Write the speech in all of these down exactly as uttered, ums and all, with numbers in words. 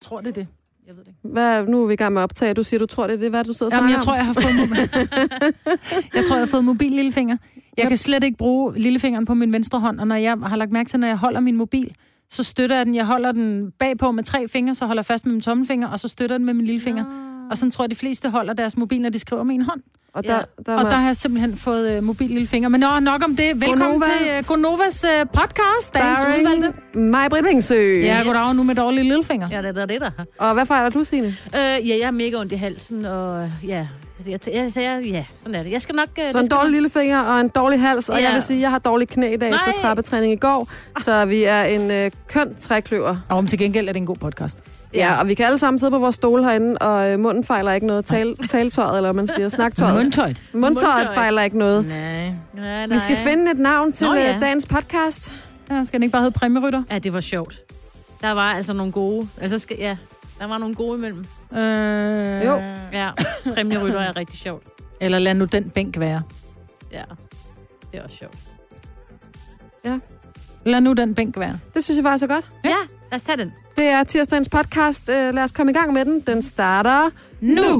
tror, det er det. Jeg ved det ikke. Hvad, nu er vi i gang med at optage. Du siger, du tror, det er det. Hvad du sidder og snakker Jamen, jeg tror, jeg har fået mobil. jeg tror, jeg har fået mobil lillefinger. Jeg yep. kan slet ikke bruge lillefingeren på min venstre hånd, og når jeg har lagt mærke til, når jeg holder min mobil, så støtter jeg den. Jeg holder den bagpå med tre fingre, så holder jeg fast med min tommelfinger, og så støtter jeg den med min lillefinger. Ja. Og sådan tror jeg, de fleste holder deres mobil, når de skriver med en hånd. Og der, ja. der, og der har jeg simpelthen fået uh, mobil lillefinger. Men nå, nok om det. Velkommen Gonova. til uh, Gonovas uh, podcast. Dagens udvalgte. Maj-Britt Vingsø. Ja, goddag nu med dårlige lillefinger. Ja, det er det, der. Og hvad fejler du, Signe? Øh, ja, jeg er mega ondt i halsen, og ja... Jeg, jeg, jeg, ja, sådan er det. Jeg skal nok... Uh, så en dårlig lillefinger og en dårlig hals, og ja. jeg vil sige, at jeg har dårlig knæ i dag Nej. efter trappetræning i går, så vi er en uh, køn trækløver. Og om til gengæld er det en god podcast. Ja, og vi kan alle sammen sidde på vores stole herinde, og uh, munden fejler ikke noget. Tal, taltøjet, eller hvad man siger, snaktøjet. Mundtøjet. Mundtøjet fejler ikke noget. Nej. Nej, nej. Vi skal finde et navn til Nå, ja. uh, dagens podcast. Ja, skal den ikke bare hedde Præmierytter? Ja, det var sjovt. Der var altså nogle gode... Altså, skal, ja, der var nogle gode imellem. Øh... Jo. Ja, Præmierytter er rigtig sjovt. Eller lad nu den bænk være. Ja, det er også sjovt. Ja. Lad nu den bænk være. Det synes jeg faktisk er godt. Ja, lad os tage den. Det er tirsdagens podcast. Uh, lad os komme i gang med den. Den starter nu. nu.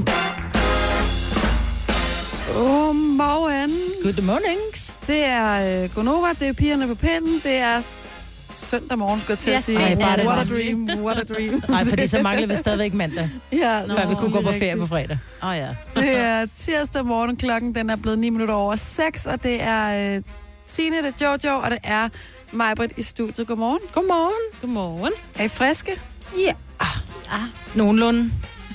Godmorgen. Good mornings. Det er uh, Gonova, det er pigerne på pinden, det er søndag morgen, skulle jeg til at sige. Ej, bare what det a dream, what a dream. Nej, fordi så mangler vi stadigvæk mandag, ja, før vi kunne gå på ferie på fredag. Åh oh, ja. Det er tirsdag morgen, klokken den er blevet ni minutter over seks, og det er uh, Signe, det er Jojo, og det er Maj-Britt i studiet. Godmorgen. Godmorgen. Godmorgen. Er I friske? Ja. Ah. Nogenlunde.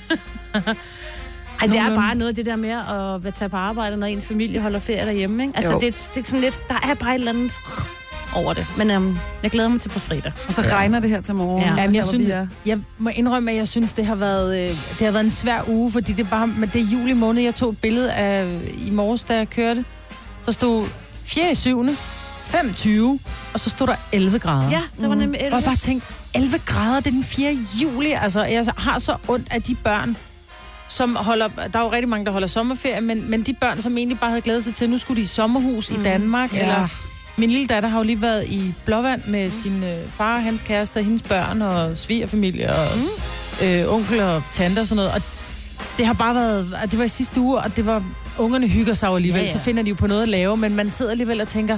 Ej, det er bare noget af det der med at tage på arbejde, når ens familie holder ferie derhjemme, ikke? Altså, det, det er sådan lidt, der er bare et eller andet over det. Men um, jeg glæder mig til på fredag. Og så regner det her til morgen. Ja. Jamen, jeg, synes, jeg må indrømme, at jeg synes, det har været, øh, det har været en svær uge, fordi det er bare, men det er juli måned. Jeg tog et billede af i morges, da jeg kørte. Så stod fjerde syvende femogtyve, og så stod der elleve grader. Ja, der var nemlig elleve. Og jeg bare tænkte, elleve grader, det er den fjerde juli. Altså, jeg har så ondt af de børn, som holder, der er jo rigtig mange, der holder sommerferie, men, men de børn, som egentlig bare havde glædet sig til, nu skulle de i sommerhus mm. i Danmark, ja. eller min lille datter har jo lige været i Blåvand med mm. sin øh, far, hans kæreste, hendes børn og svigerfamilie og mm. øh, onkel og tante og sådan noget, og det har bare været, det var i sidste uge, og det var, ungerne hygger sig alligevel, ja, ja. Så finder de jo på noget at lave, men man sidder alligevel og tænker,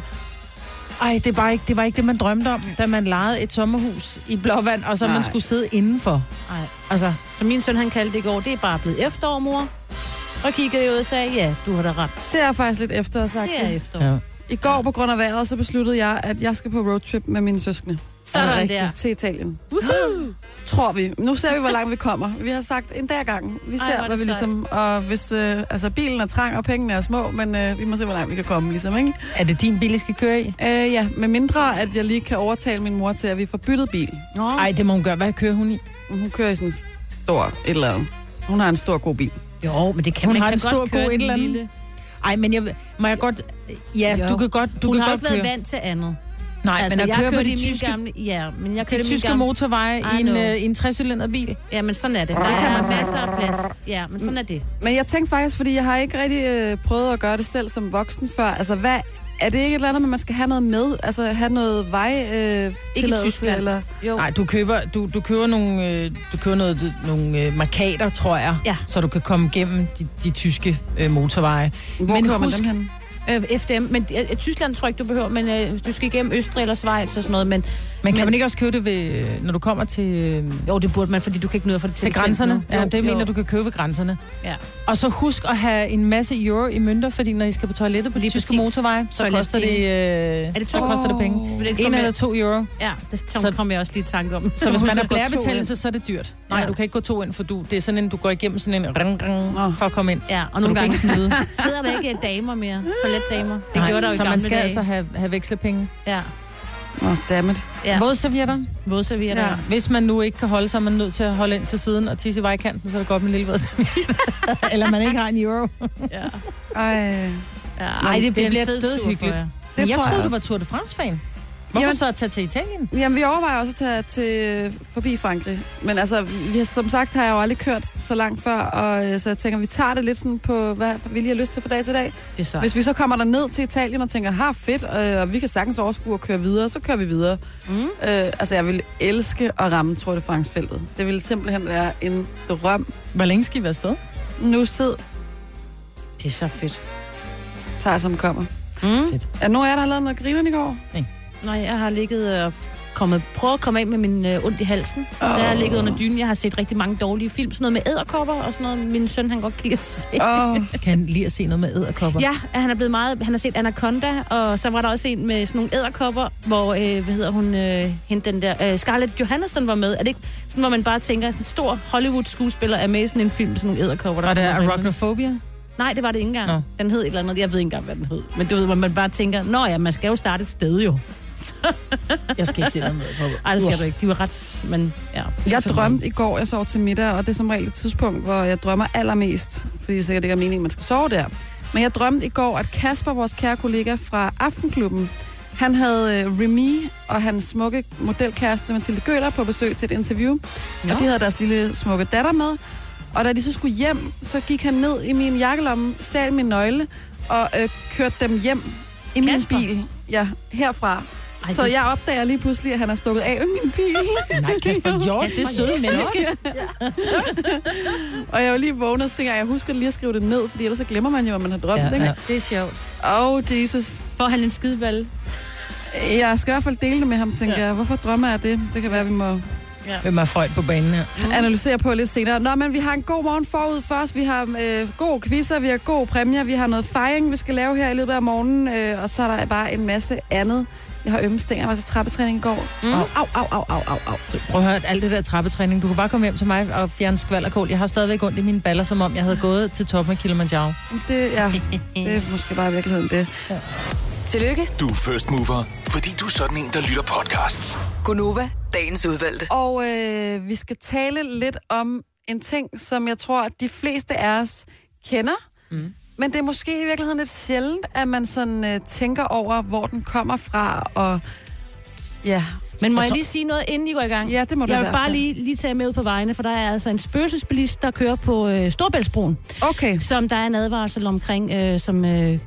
ej, det, er bare ikke, det var ikke det, man drømte om, da man lejede et sommerhus i Blåvand, og så Nej. man skulle sidde indenfor. Nej, altså, som min søn, han kaldte det i går, det er bare blevet efterår, mor. Og kiggede jeg ud og sagde, ja, du har da ret. Det er faktisk lidt efter, sagt. Det er efterår. Ja. I går på grund af vejret, så besluttede jeg, at jeg skal på roadtrip med mine søskende. Sådan der. Til Italien. Woohoo! Tror vi. Nu ser vi, hvor langt vi kommer. Vi har sagt en dag ad gangen. Vi ser, Ej, hvad vi ligesom... Og hvis... Øh, altså, bilen er trang, og pengene er små, men øh, vi må se, hvor langt vi kan komme, ligesom, ikke? Er det din bil, I skal køre i? Øh, ja, med mindre, at jeg lige kan overtale min mor til, at vi får byttet bil. Nej, det må hun gøre. Hvad kører hun i? Hun kører i sådan en stor et eller andet. Hun har en stor, god bil. Jo, men det kan hun man har kan en stor, godt køre god et eller andet. Lille. Ej, men jeg, må jeg godt... Ja, jo. du kan godt du Hun kan har godt ikke køre. været vant til andet. Nej, altså, men at køre på de tyske, gamle, ja, men jeg de tyske gamle, motorveje i en, uh, en tre-cylinder bil. Ja, men sådan er det. Der det er masser af plads. Ja, men sådan er det. Men jeg tænkte faktisk, fordi jeg har ikke rigtig øh, prøvet at gøre det selv som voksen før. Altså, hvad... Er det ikke et eller andet, at man skal have noget med? Altså have noget vej øh, tilladelse? Eller? Nej, du køber, du, du køber nogle, øh, du køber noget, nogle øh, markader, tror jeg, ja. Så du kan komme gennem de, de tyske øh, motorveje. Hvor men køber man dem hen? Øh, F D M, men øh, Tyskland tror jeg ikke, du behøver, men øh, du skal igennem Østrig eller Schweiz og sådan noget. Men, men kan men, man ikke også købe det, ved, når du kommer til... Øh, jo, det burde man, fordi du kan ikke nå for det til grænserne. Ja, jo, det jo. mener du kan købe ved grænserne. Ja. Og så husk at have en masse euro i mønter, fordi når I skal på toilettet på de tyske motorveje, så Toilet koster det, øh, er det så koster det penge. Det en eller to euro. Ja, det så kommer jeg også lige i tanke om. Så hvis man har blærebetændelse, så er det dyrt. Nej, ja. Du kan ikke gå to ind, for du, det er sådan en, du går igennem sådan en ring, ring, oh. for at komme ind. Ja, og nogle gange sidder der ikke damer mere, toiletdamer. Det Nej, gjorde der jo i så gamle man skal dage. altså have, have vekselpenge. Ja. Åh, oh, dammit. Ja. Vådservietter. Vådservietter. Ja. Hvis man nu ikke kan holde, så er man nødt til at holde ind til siden og tisse i vejkanten, så er det godt med en lille vådserviet. Eller man ikke har en euro. Ja. Ej. Ja, ej, det, det bliver dødhyggeligt. Det jeg tror troede, jeg du var Tour de France-fan. Hvorfor Jamen, så at tage til Italien? Jamen, vi overvejer også at tage til forbi Frankrig. Men altså, vi har, som sagt har jeg jo aldrig kørt så langt før, og øh, så jeg tænker, vi tager det lidt sådan på, hvad vi lige har lyst til fra dag til dag. Det er sejt. Hvis vi så kommer der ned til Italien og tænker, har fedt, øh, og vi kan sagtens overskue og køre videre, så kører vi videre. Mm. Øh, altså, jeg vil elske at ramme Tour de France-feltet. Det ville simpelthen være en drøm. Hvor længe skal I være afsted? Nu sid. Det er så fedt. Tager som kommer. Mm. Fedt. Er nogen af jer, der har lavet noget grinerne i går? Nej. Nej, jeg har ligget og kommet, prøvet at komme af med min øh, ondt i halsen. Oh. Så jeg har ligget under dynen. Jeg har set rigtig mange dårlige film. Sådan noget med edderkopper og sådan noget. Min søn, han godt kan lide at se. Oh. Kan han lide at se noget med edderkopper? Ja, han er blevet meget... Han har set Anaconda, og så var der også en med sådan nogle edderkopper, hvor, øh, hvad hedder hun, øh, hende den der... Øh, Scarlett Johansson var med. Er det ikke sådan, hvor man bare tænker, sådan en stor Hollywood-skuespiller er med i sådan en film med sådan nogle edderkopper? Der var det Arachnophobia? Nej, det var det ikke engang. Nå. Den hed et eller andet. Jeg ved ikke engang, hvad den hed. Men du ved, hvor man bare tænker, nå ja, man skal jo starte et sted jo. Jeg skal ikke se noget med edderkopper. Nej, det skal uh. du ikke. De var ret... Men, ja. Jeg drømte i går, jeg sov til middag, og det er som regel et tidspunkt, hvor jeg drømmer allermest, fordi det sikkert ikke er meningen, man skal sove der. Men jeg drømte i går, at Kasper, vores kære kollega fra Aftenklubben, han havde Remy og hans smukke modelkæreste Mathilde Gøler på besøg til et interview. Ja. Og de havde deres lille smukke datter med. Og da de så skulle hjem, så gik han ned i min jakkelomme, stjal min nøgle og øh, kørte dem hjem i min Kasper? bil. Ja, herfra. Ej, så det... jeg opdager lige pludselig, at han er stukket af med min bil. Nej, Kasper Hjort, det er søde menneske. Ja. Og jeg var lige vågnet, og tænker, jeg husker lige at skrive det ned, fordi ellers så glemmer man jo, hvad man har drømt. Ja, ikke? ja. Det er sjovt. Oh, Jesus. Får han en skideballe? Jeg skal i hvert fald dele det med ham, tænker jeg. Ja. Hvorfor drømmer jeg det? Det kan være, vi må... Ja. Hvem er Freud på banen her? Mm. Analysere på lidt senere. Nå, men vi har en god morgen forud for os. Vi har øh, gode quizzer, vi har gode præmier, vi har noget fejring, vi skal lave her i løbet af morgenen, øh, og så er der bare en masse andet. Jeg har ømme stænger, jeg var til trappetræning i går. Mm. Au, au, au, au, au, au, au. Prøv at høre, alt det der trappetræning. Du kan bare komme hjem til mig og fjerne skvalderkål. Jeg har stadigvæk ondt i mine baller, som om jeg havde gået til toppen af Kilimanjaro. Det, ja, det er måske bare virkeligheden det. Ja. Tillykke. Du er first mover, fordi du er sådan en, der lytter podcasts. Gunova, dagens udvalgte. Og øh, vi skal tale lidt om en ting, som jeg tror, at de fleste af os kender. Mm. Men det er måske i virkeligheden lidt sjældent, at man sådan øh, tænker over, hvor den kommer fra. Og ja... Men må jeg, jeg lige sige noget, inden I går i gang? Ja, det må du Jeg i vil hvert bare fald. lige, lige tage med ud på vejene, for der er altså en spøgelsesbilist, der kører på øh, Storebæltsbroen. Okay. Som der er en advarsel omkring, øh, som... Øh,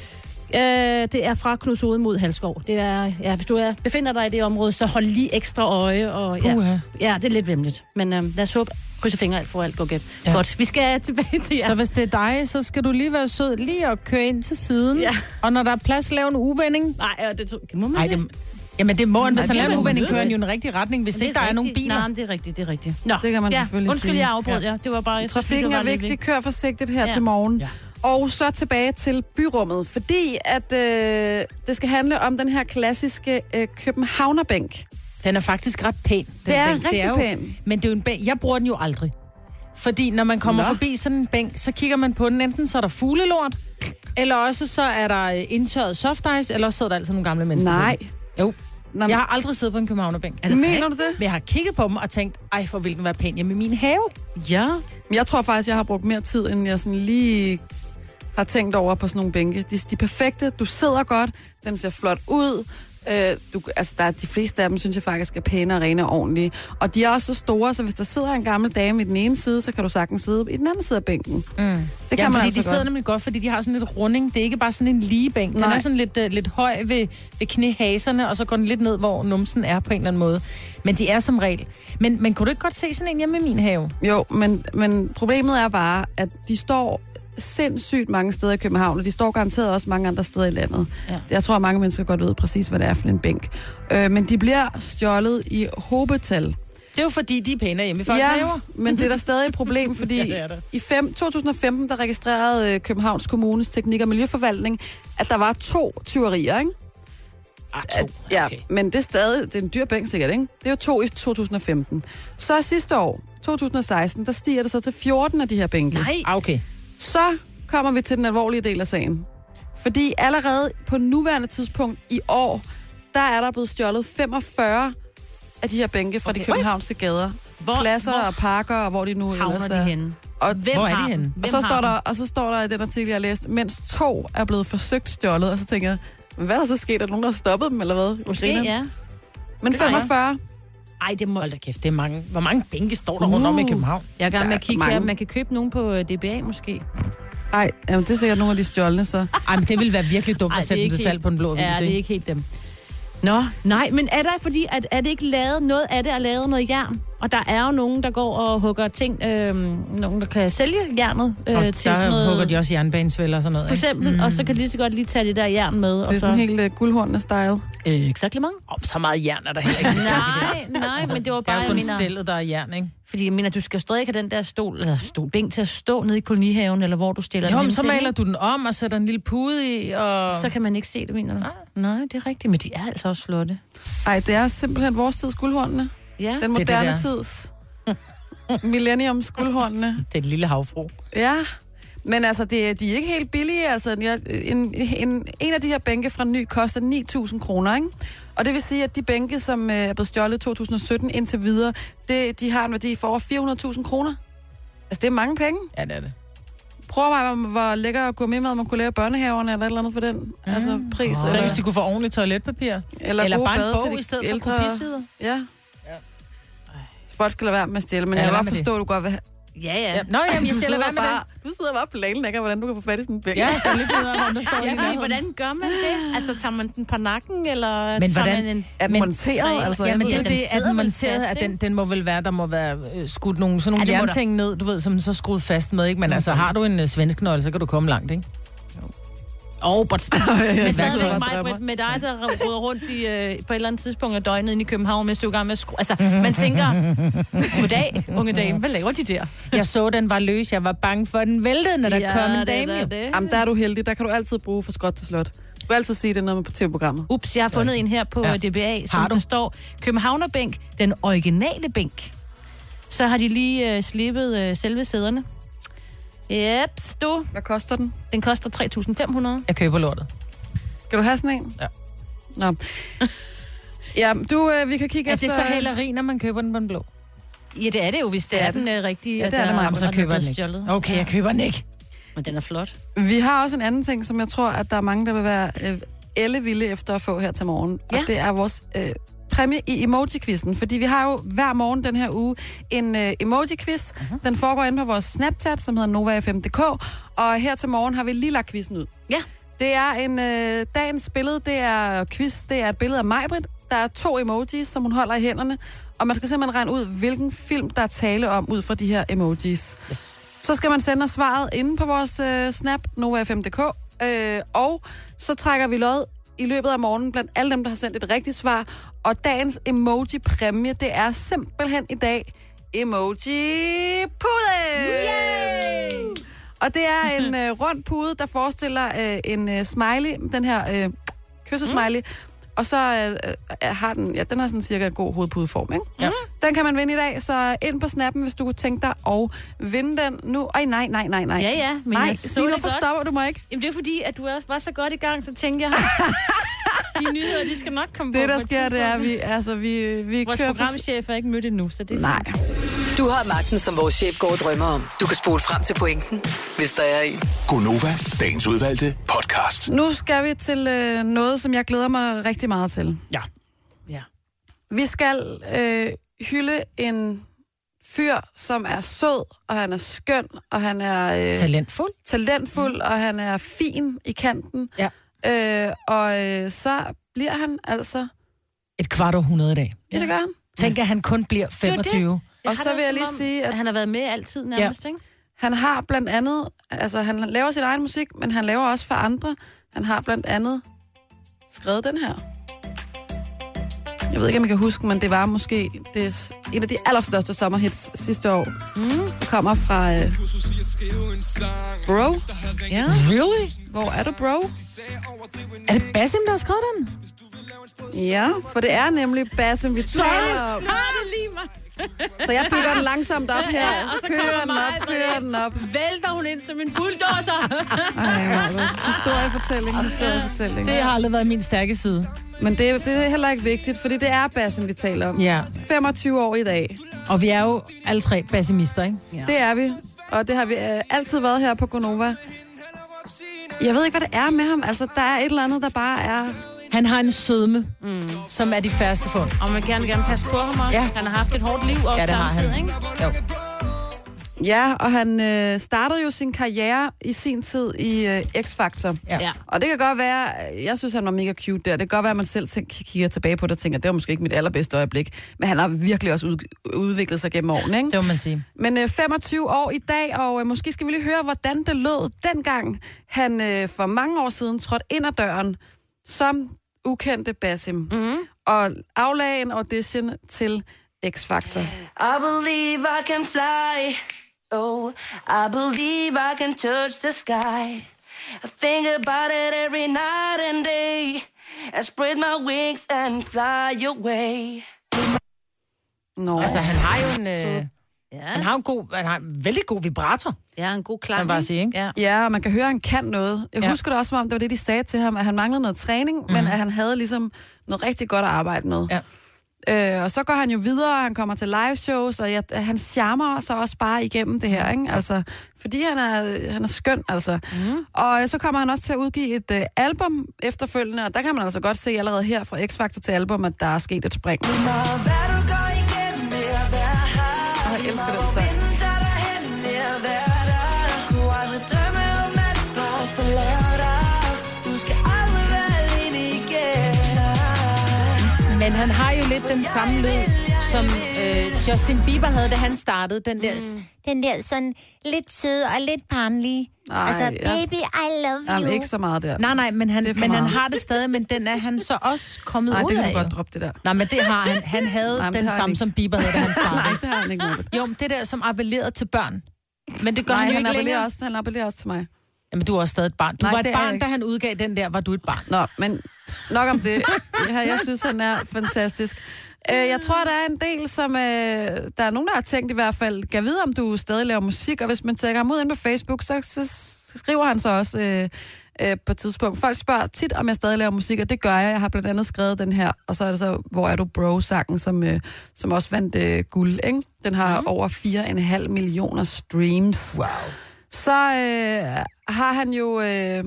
øh, det er fra Knudshoved mod Halskov. Det er, ja, hvis du er, befinder dig i det område, så hold lige ekstra øje. Og, ja, Puha. ja, det er lidt vemmeligt. Men øh, lad os håbe, krydse fingre, alt for alt går gæt. Ja. Godt, vi skal tilbage til jeres. Så hvis det er dig, så skal du lige være sød lige at køre ind til siden. Ja. Og når der er plads, lave en uvending. Nej, ja, det, det må man Nej, det, jamen det må han. Hvis han det laver en må man uvending, vide. kører han jo i den rigtige retning, hvis ikke der er nogen biler. Nej, det er rigtigt, det er rigtigt. Nå, Det kan man ja, selvfølgelig undskyld, sige. jeg afbrød, ja. Det var bare... Jeg Trafikken synes, er det var lidt vigtig. Kør forsigtigt her Ja. til morgen. Ja. Og så tilbage til byrummet, fordi at øh, det skal handle om den her klassiske øh, københavnerbænk. Den er faktisk ret pæn. Den Det er bænk. rigtig jo, pæn. Men det er jo en bænk. Jeg bruger den jo aldrig. Fordi når man kommer Nå. forbi sådan en bænk, så kigger man på den. Enten så er der fuglelort, eller også så er der øh, indtørret soft ice, eller også sidder der altså nogle gamle mennesker. Nej. på den. Jo. Nå, Jeg har aldrig siddet på en københavnerbænk. Er det mener rigtigt? du det? Men jeg har kigget på dem og tænkt, ej, hvor vil den være pæn hjemme i min have. Ja. Jeg tror faktisk, jeg har brugt mere tid, end jeg sådan lige har tænkt over på sådan nogle bænke. De, de er perfekte, du sidder godt, den ser flot ud. Øh, du, altså, der er, de fleste af dem, synes jeg faktisk er pæne og rene og ordentlige. Og de er også så store, så hvis der sidder en gammel dame i den ene side, så kan du sagtens sidde i den anden side af bænken. Mm. Det kan Ja, man fordi altså de sidder godt. nemlig godt, fordi de har sådan lidt runding. Det er ikke bare sådan en lige bænk. Den Nej. er sådan lidt, uh, lidt høj ved, ved knæhaserne, og så går den lidt ned, hvor numsen er på en eller anden måde. Men de er som regel. Men, men kunne du ikke godt se sådan en hjemme i min have? Jo, men, men problemet er bare, at de står sindssygt mange steder i København, og de står garanteret også mange andre steder i landet. Ja. Jeg tror, at mange mennesker godt ved præcis, hvad det er for en bænk. Øh, men de bliver stjålet i hobetal. Det er jo fordi, de er pænere hjemme i folks Ja, haver. men det er der stadig et problem, fordi Ja, det er der. i fem, to tusind og femten, der registrerede øh, Københavns Kommunes Teknik- og Miljøforvaltning, at der var to tyverier, ikke? Ah, At, to. ja, Okay. men det er stadig, det er en dyr bænk sikkert, ikke? Det er jo to i to tusind og femten. Så sidste år, to tusind og seksten, der stiger det så til fjorten af de her bænke. Nej. Ah, okay. Så kommer vi til den alvorlige del af sagen. Fordi allerede på nuværende tidspunkt i år, der er der blevet stjålet femogfyrre af de her bænke fra okay. de københavnske gader. Hvor- Pladser hvor og parker, og hvor de nu havner ellers de er. henne? Og, Hvem Hvor er de har henne? dem? og, Hvem så har står dem? der, og så står der i den artikel, jeg har læst, mens to er blevet forsøgt stjålet, og så tænker jeg, Men hvad er der så sket? Er der nogen, der har stoppet dem, eller hvad? Måske, ja. Men femogfyrre? Ej, det må... Hold da kæft, det er mange. Hvor mange bænke står der uh. rundt om i København? Jeg er i gang med at kigge mange. her. Man kan købe nogen på D B A, måske. Nej, jamen, det er sikkert nogle af de stjålne, så. Ej, men det ville være virkelig dumt Ej, at sætte dem til salg på en blå avis. Ja, det er ikke helt dem. Nå, nej, men er der fordi, at er det ikke lavet, noget af det er lavet noget jern? Og der er jo nogen, der går og hugger ting, øh, nogen, der kan sælge jernet øh, og til sådan der noget. hugger de også jernbanesvælder og sådan noget. For eksempel, ikke? mm. og så kan de lige så godt lige tage det der jern med. Det er og så... sådan helt uh, guldhornene-style. Øh, exakt mange. Om så meget jern er der heller ikke. nej, nej, men det var Der bare, er jo jeg kun mener... stillet, der er jern, ikke? Fordi jeg mener, du skal stadig have den der stol, eller stol, bænk til at stå nede i kolonihaven, eller hvor du stiller Jo, den men så til, maler ikke? du den om og sætter en lille pude i, og... Så kan man ikke se det, mener du? Nej. Nej, det er rigtigt, men de er altså også flotte. Ej, det er simpelthen vores tids guldhornene. Ja. Den det moderne der. tids millenniums guldhornene. Det er et lille havfru. Ja, men altså, det, de er ikke helt billige. Altså, en, en, en af de her bænke fra Ny koster ni tusind kroner, ikke? Og det vil sige, at de bænke, som er blevet stjålet i to tusind og sytten indtil videre, det, de har en værdi for over fire hundrede tusind kroner. Altså, det er mange penge. Ja, det er det. Prøv at veje, hvor lækker gourmetmad man kunne lave i børnehaverne, eller et eller andet for den mm. altså, pris. Oh. Eller, Tænk, hvis de kunne få ordentligt toiletpapir. eller, eller bare en bade bog til de i stedet ældre. for kopisider. Ja. ja. Så folk skal lade være med at stjæle, men Ja, jeg kan lad godt være med forstå, at du godt vil have... Ja, ja. Ja. Nå, jamen, jeg Du stiller sidder hvad med bare, det. Du sidder bare og planlægger, hvordan du kan få fat i sådan en bænk. Ja, jeg skal lige finde ud af, hvor der står Ja, i fordi, hvordan gør man det? Altså, tager man den på nakken, eller Men tager hvordan- man en... Er den Men- monteret? Altså, Ja, jeg men ved det er jo den det, at sidder den vel monteret, fast, at ikke? den, den må vel være, der må være øh, skudt nogle, sådan nogle Ja, det må der. jernting ned, du ved, som så er skruet fast med, ikke? Men altså, har du en uh, svensk nøgle, så kan du komme langt, ikke? Åh, oh, but... Men stadigvæk sidder og mig, drømmer. Britt, med dig, der roder rundt i, øh, på et eller andet tidspunkt af døgnet inde i København, mens du er i gang med at skrue... Altså, man tænker, goddag, unge dame, hvad laver de der? Jeg så, den var løs. Jeg var bange for, at den væltede, når der Ja, kom en det dame. er jo. det. Jamen, der er du heldig. Der kan du altid bruge fra skråt til slot. Du kan altid sige det, når man er på T V-programmet. Ups, jeg har fundet en her på Ja. ja. D B A, som Har du? der står, Københavnerbænk, den originale bænk. Så har de lige øh, slippet øh, selve sæderne. Jeps, du. Hvad koster den? Den koster tre tusind fem hundrede. Jeg køber lortet. Skal du have sådan en? Ja. Nå. Ja, du, øh, vi kan kigge Er efter... det så hæleri, når man køber den på den blå? Ja, det er det jo, hvis det, Det er, er den øh, rigtige. Ja, at det er der det, Maja, Jamen, så og køber er jeg den blevet ikke. stjålet. Okay, jeg køber den ikke. Men den er flot. Vi har også en anden ting, som jeg tror, at der er mange, der vil være øh, ellevilde efter at få her til morgen. Ja. Og det er vores øh, præmie i emoji-quizzen. Fordi vi har jo hver morgen den her uge en øh, emoji-quiz. Uh-huh. Den foregår inde på vores Snapchat, som hedder Nova F M punktum d k. Og her til morgen har vi lige lagt quizzen ud. Ja. Det er en øh, dagens billede, det er quiz, det er et billede af Majbrit. Der er to emojis, som hun holder i hænderne. Og man skal simpelthen regne ud, hvilken film, der er tale om, ud fra de her emojis. Yes. Så skal man sende os svaret inde på vores øh, Snap, Nova F M punktum d k. Øh, og så trækker vi lod i løbet af morgenen blandt alle dem, der har sendt et rigtigt svar. Og dagens emoji-præmie, det er simpelthen i dag emoji-pude! Yay! Og det er en øh, rund pude, der forestiller øh, en øh, smiley, den her øh, kyssesmiley. Mm. Og så øh, øh, har den, ja, den har sådan cirka god hovedpudeform, ikke? Ja. Den kan man vinde i dag, så ind på snappen, hvis du kunne tænke dig at vinde den nu. Ej, nej, nej, nej, nej. Ja, ja, men nej, jeg så Signe, det hvorfor godt. stopper du mig ikke? Jamen, det er fordi, at du også var så godt i gang, så tænkte jeg, de nyheder, de skal nok komme på. Det, der på et sker, det er, at tidspunkt. vi, altså, vi, vi Vores kører... programchef er ikke mødt endnu, så det er Nej. fint. Du har magten, som vores chef går og drømmer om. Du kan spole frem til pointen, hvis der er en. Gonova, dagens udvalgte podcast. Nu skal vi til øh, noget, som jeg glæder mig rigtig meget til. Ja. Ja. Vi skal øh, hylde en fyr, som er sød, og han er skøn, og han er øh, Talentfuld. talentfuld, mm. og han er fin i kanten. Ja. Øh, og øh, så bliver han altså... Et kvart århundrede i dag. Ja, det gør han. Tænk, at han kun bliver femogtyve. Jeg Og har så det vil jeg som lige om, sige, at- at han har været med altid nærmest, ikke? Han har blandt andet... Altså, han laver sin egen musik, men han laver også for andre. Han har blandt andet skrevet den her. Jeg ved ikke, om jeg kan huske, men det var måske det er en af de allerstørste sommerhits sidste år. Mm. Det kommer fra øh, Bro. Ja. Really? Hvor er du, Bro? Er det Basim, der har skrevet den? Ja, for det er nemlig Basim, vi taler om. Nå, det lige mig. Så jeg bygger den langsomt op her. Ja, og så kører kommer den mig, op, kører den op. Vælter hun ind som en bulldozer. Ej, Marve. Historiefortælling, historiefortælling. Det har aldrig været min stærke side. Men det, det er heller ikke vigtigt, fordi det er Basim, vi taler om. Ja. femogtyve år i dag. Og vi er jo alle tre bassimister, ikke? Ja. Det er vi. Og det har vi øh, altid været her på Gonova. Jeg ved ikke, hvad det er med ham. Altså, der er et eller andet, der bare er... Han har en sødme, mm. som er de færreste fund. Og man gerne gerne passe på ham også. Ja. Han har haft et hårdt liv også, ja, det samtidig, ikke? Jo. Ja, og han øh, startede jo sin karriere i sin tid i øh, X-Factor. Ja. Og det kan godt være, jeg synes, han var mega cute der. Det kan godt være, at man selv kigger tilbage på det og tænker, det var måske ikke mit allerbedste øjeblik. Men han har virkelig også ud, udviklet sig gennem årene, ikke? Det må man sige. Men øh, femogtyve år i dag, og øh, måske skal vi lige høre, hvordan det lød dengang, han øh, for mange år siden trådte ind ad døren som ukendte Basim. Mm-hmm. Og aflagde en audition til X-Factor. I believe I can fly. Oh, I believe I can touch the sky. I think about it every night and day. I spread my wings and fly away. Nå. Altså, han har jo en... Øh, ja. Han har en god... Han har en vældig god vibrator. Ja, en god klang. Kan man bare sige, ikke? Ja. Ja, og man kan høre, at han kan noget. Jeg ja. husker det også, som om det var det, de sagde til ham, at han manglede noget træning, mm. men at han havde ligesom noget rigtig godt at arbejde med. Ja. Øh, og så går han jo videre, han kommer til live shows, og jeg, han charmer sig også bare igennem det her, ikke? Altså, fordi han er, han er skøn, altså. Mm. Og så kommer han også til at udgive et uh, album efterfølgende, og der kan man altså godt se allerede her fra X-Factor til album, at der er sket et spring. Og jeg elsker den sang. Men han har jo lidt den samme lyd, som øh, Justin Bieber havde, da han startede. Den der, mm. den der sådan lidt søde og lidt barnlige. Ej, altså, ja. baby, I love you. Jamen, ikke så meget der. Nej, nej, men, han, men han har det stadig, men den er han så også kommet nej, ud af. Nej, det kan du godt droppe det der. Nej, men det har han. Han havde nej, den samme, som Bieber havde, da han startede. Nej, det har han ikke noget. Jo, det der, som appellerede til børn. Men det gør nej, han jo han ikke længere. Også, han appellerer også til mig. Jamen, du er også stadig et barn. Du nej, var et barn, da han udgav den der, var du et barn. Nå, men nok om det. Ja, jeg synes, han er fantastisk. Jeg tror, der er en del, som... Øh, der er nogen, der har tænkt i hvert fald, kan vide, om du stadig laver musik, og hvis man tækker ham ud ind på Facebook, så, så, så skriver han så også øh, øh, på et tidspunkt. Folk spørger tit, om jeg stadig laver musik, og det gør jeg. Jeg har blandt andet skrevet den her, og så er det så, Hvor er du bro-sangen, som, øh, som også vandt øh, guld, ikke? Den har mm. over fire komma fem millioner streams. Wow. Så øh, har han jo... Øh,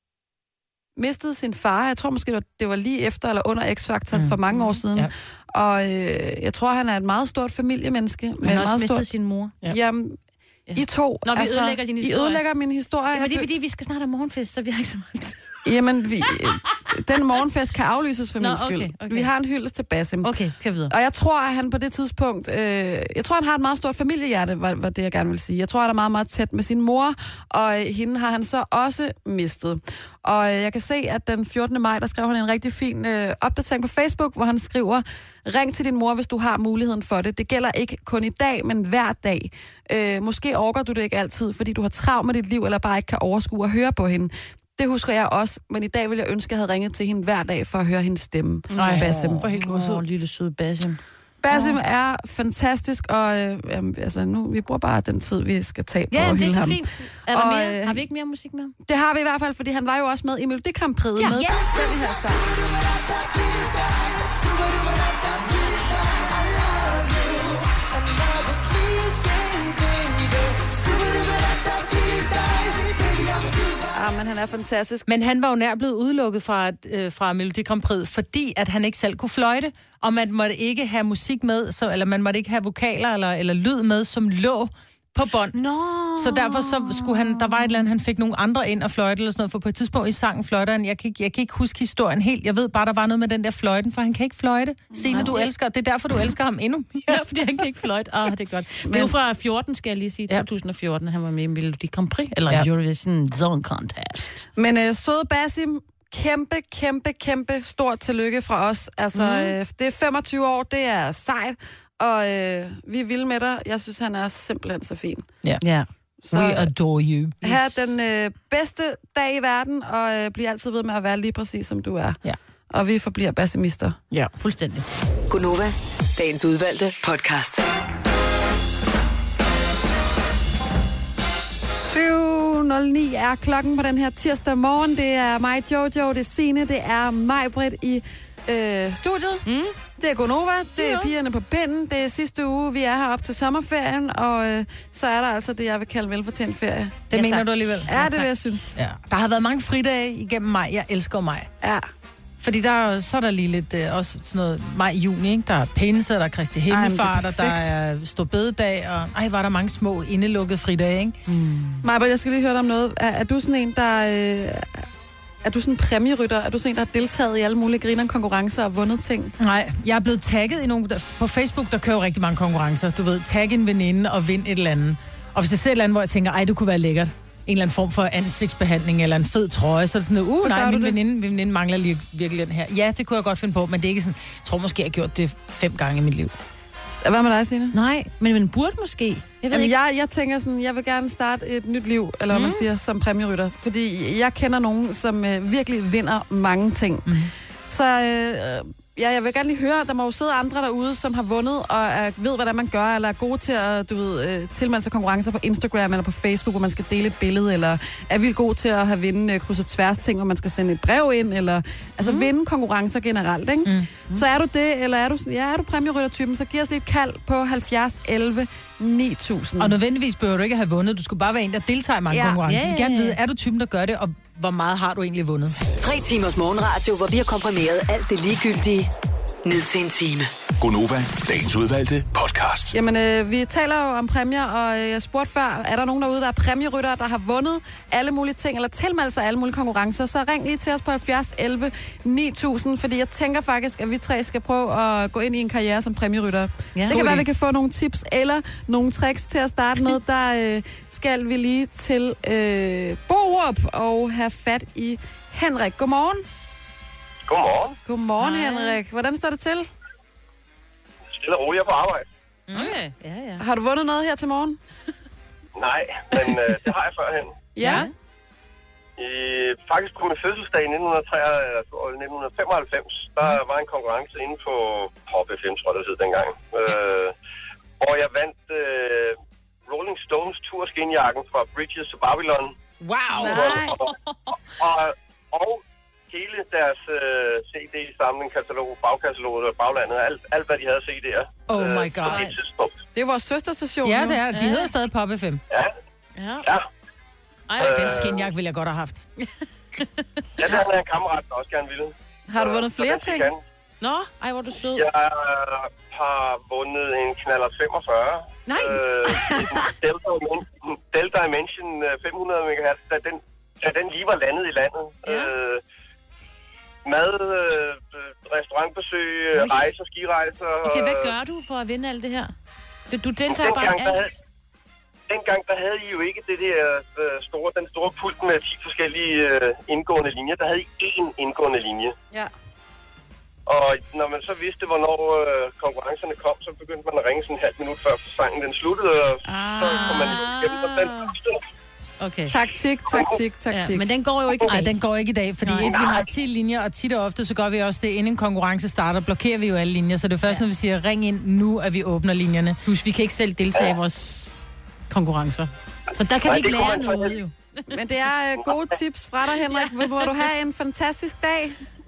mistet sin far. Jeg tror måske, det var lige efter eller under X-Factor mm. for mange år siden. Ja. Og øh, jeg tror, han er et meget stort familiemenneske. Men han har også meget mistet stort... sin mor. Ja. Jamen, ja. I to. Når vi altså, ødelægger din historie. I ødelægger min historie. Ja, det er fordi, vi skal snart have morgenfest, så vi har ikke så meget tid. Jamen, vi, den morgenfest kan aflyses for Nå, min skyld. okay, okay. Vi har en hyldest til Basim. Okay, kan videre. Og jeg tror, at han på det tidspunkt... Øh, jeg tror, han har et meget stort familiehjerte, var, var det, jeg gerne vil sige. Jeg tror, han er meget, meget tæt med sin mor, og øh, hende har han så også mistet. Og øh, jeg kan se, at den fjortende maj, der skrev han en rigtig fin øh, opdatering på Facebook, hvor han skriver, ring til din mor, hvis du har muligheden for det. Det gælder ikke kun i dag, men hver dag. Øh, måske orker du det ikke altid, fordi du har travlt med dit liv, eller bare ikke kan overskue at høre på hende. Det husker jeg også, men i dag vil jeg ønske, at jeg havde ringet til hende hver dag for at høre hendes stemme. Nej, Basim. For helt god sød. Åh, lille sød Basim. Basim er fantastisk, og øh, altså, nu, vi bruger bare den tid, vi skal tage på ja, at hylde ham. Ja, det er så fint. Er der og, mere? Øh, har vi ikke mere musik med ham? Det har vi i hvert fald, fordi han var jo også med i Melodi Grand Prix ja, med yes. den her sang. Ja, men han er fantastisk. Men han var jo nær blevet udelukket fra, øh, fra Melodi Grand Prix, fordi at han ikke selv kunne fløjte, og man måtte ikke have musik med, så, eller man måtte ikke have vokaler eller, eller lyd med, som lå på bånd. No. Så derfor så skulle han, der var et eller andet, han fik nogle andre ind og fløjte eller sådan noget, for på et tidspunkt i sangen fløjter han, jeg kan, ikke, jeg kan ikke huske historien helt, jeg ved bare, der var noget med den der fløjten, for han kan ikke fløjte. Signe, du elsker, det er derfor, du elsker ham endnu mere. Ja, fordi han kan ikke fløjte. Ah, det er godt. Men, det er jo fra fjorten, skal jeg lige sige, to tusind og fjorten, han var med i Melodi Grand Prix, eller ja. Eurovision Song Contest. Men øh, søde Basim, kæmpe, kæmpe, kæmpe stort tillykke fra os. Altså, mm. øh, det er femogtyve år, det er sejt. Og øh, vi er vilde med dig. Jeg synes, han er simpelthen så fin. Ja. Yeah. Så, we adore you. Have den øh, bedste dag i verden, og øh, blive altid ved med at være lige præcis, som du er. Ja. Og vi forbliver bassimister. Ja, fuldstændig. Gunova, dagens udvalgte podcast. syv nul ni er klokken på den her tirsdag morgen. Det er mig, Jojo, det er Signe, det er mig, Britt i øh, studiet. Mm. Det er Gonova, det er ja. Pigerne på Pinden. Det er sidste uge, vi er her op til sommerferien, og øh, så er der altså det, jeg vil kalde velfortjent ferie. Det ja, mener tak. du alligevel? Ja, ja det vil jeg synes. Ja. Der har været mange fridage igennem maj. Jeg elsker maj. Ja. Fordi der, så er der lige lidt øh, også sådan noget maj-juni, ikke? Der er pinse, der er Kristi Himmelfart, og der er stor bededag, og ej, var der mange små indelukkede fridage, ikke? Mm. Maja, jeg skal lige høre dig om noget. Er, er du sådan en, der... Øh, er du sådan en præmierytter? Er du sådan en, der har deltaget i alle mulige griner konkurrencer og vundet ting? Nej, jeg er blevet tagget i nogle... Der, på Facebook, der kører rigtig mange konkurrencer. Du ved, tag en veninde og vind et eller andet. Og hvis jeg ser et eller andet, hvor jeg tænker, ej, du kunne være lækkert. En eller anden form for ansigtsbehandling eller en fed trøje, så er det sådan noget, uh, nej, min veninde, min veninde mangler lige virkelig den her. Ja, det kunne jeg godt finde på, men det er ikke sådan... Jeg tror måske, jeg har gjort det fem gange i mit liv. Hvad med dig, Signe? Nej, men man burde måske. Jeg, ved Jamen, ikke. jeg, jeg tænker sådan, jeg vil gerne starte et nyt liv, eller hvad mm. man siger, som præmierytter. Fordi jeg kender nogen, som øh, virkelig vinder mange ting. Mm. Så øh, ja, jeg vil gerne lige høre, der må jo sidde andre derude, som har vundet, og er, ved, hvordan man gør, eller er gode til at du ved, øh, tilmelde sig konkurrencer på Instagram eller på Facebook, hvor man skal dele et billede, eller er vildt god til at have vinde øh, kryds og tværs ting, hvor man skal sende et brev ind, eller altså mm. vinde konkurrencer generelt, ikke? Mm. Mm. Så er du det, eller er du, ja, er du præmieryttertypen, så giv os et kald på halvfjerds elleve ni tusind. Og nødvendigvis behøver du ikke have vundet, du skulle bare være en, der deltager i mange ja. konkurrencer. Ja, ja, ja. Vi vil gerne vide, er du typen, der gør det, og hvor meget har du egentlig vundet? Tre timers morgenradio, hvor vi har komprimeret alt det ligegyldige ned til en time. Gonova, dagens udvalgte podcast. Jamen, øh, vi taler jo om præmier, og øh, jeg spurgte før, er der nogen derude, der er præmieryttere, der har vundet alle mulige ting, eller tilmeldt sig alle mulige konkurrencer, så ring lige til os på halvfjerds elleve ni tusind, fordi jeg tænker faktisk, at vi tre skal prøve at gå ind i en karriere som præmieryttere. Ja. Det kan være, at vi kan få nogle tips eller nogle tricks til at starte med. Der øh, skal vi lige til øh, Borup og have fat i Henrik. Godmorgen. Godmorgen. Godmorgen, Henrik. Hvordan står det til? Stille og roligt på arbejde. Okay. Ja, ja. Har du vundet noget her til morgen? Nej, men øh, det har jeg førhen. Ja? I, faktisk på min fødselsdag i nitten femoghalvfems, der mm. var en konkurrence inde på Pop F M, tror jeg, det hed dengang. Øh, hvor jeg vandt øh, Rolling Stones turskinjakken fra Bridges to Babylon. Wow! Nej. Og, og, og, og hele deres øh, C D-samling, katalog, bagkatalog og baglandet, alt, alt hvad de havde C D'er. Oh my god. Øh, det er vores søsterstation. Ja, nu. det er. De ja. hedder stadig Pop F M. Ja. Ja. Ja. Ej, den skinjakke ville jeg godt have haft. Ja, det er en kammerat, der også gerne ville. Har du vundet flere ting? Nå, ej, hvor er du sød. Jeg har vundet en knallert femogfyrre. Nej. Øh, Delta, Delta Dimension fem hundrede megahertz, da den, da den lige var landet i landet. Ja. Øh, mad, øh, restaurantbesøg, Ui. rejser, skirejser. Okay, hvad gør du for at vinde alt det her? Du, du deltager bare alt? Havde, dengang, der havde I jo ikke det der øh, store, den store pult med ti forskellige øh, indgående linjer. Der havde I én indgående linje. Ja. Og når man så vidste, hvornår øh, konkurrencerne kom, så begyndte man at ringe sådan en halv minut før sangen den sluttede, og ah. så kom man igennem på den. Okay. Taktik, taktik, taktik. Ja, men den går jo ikke i dag. Nej, den går ikke i dag, fordi et, vi har ti linjer, og tit og ofte, så gør vi også det, inden konkurrence starter, blokerer vi jo alle linjer, så det er først, ja. når vi siger, ring ind nu, at vi åbner linjerne. Plus, vi kan ikke selv deltage ja. i vores konkurrencer. Så der kan Nej, vi ikke lære noget, jo. Men det er uh, gode tips fra dig, Henrik. Må du have en fantastisk dag.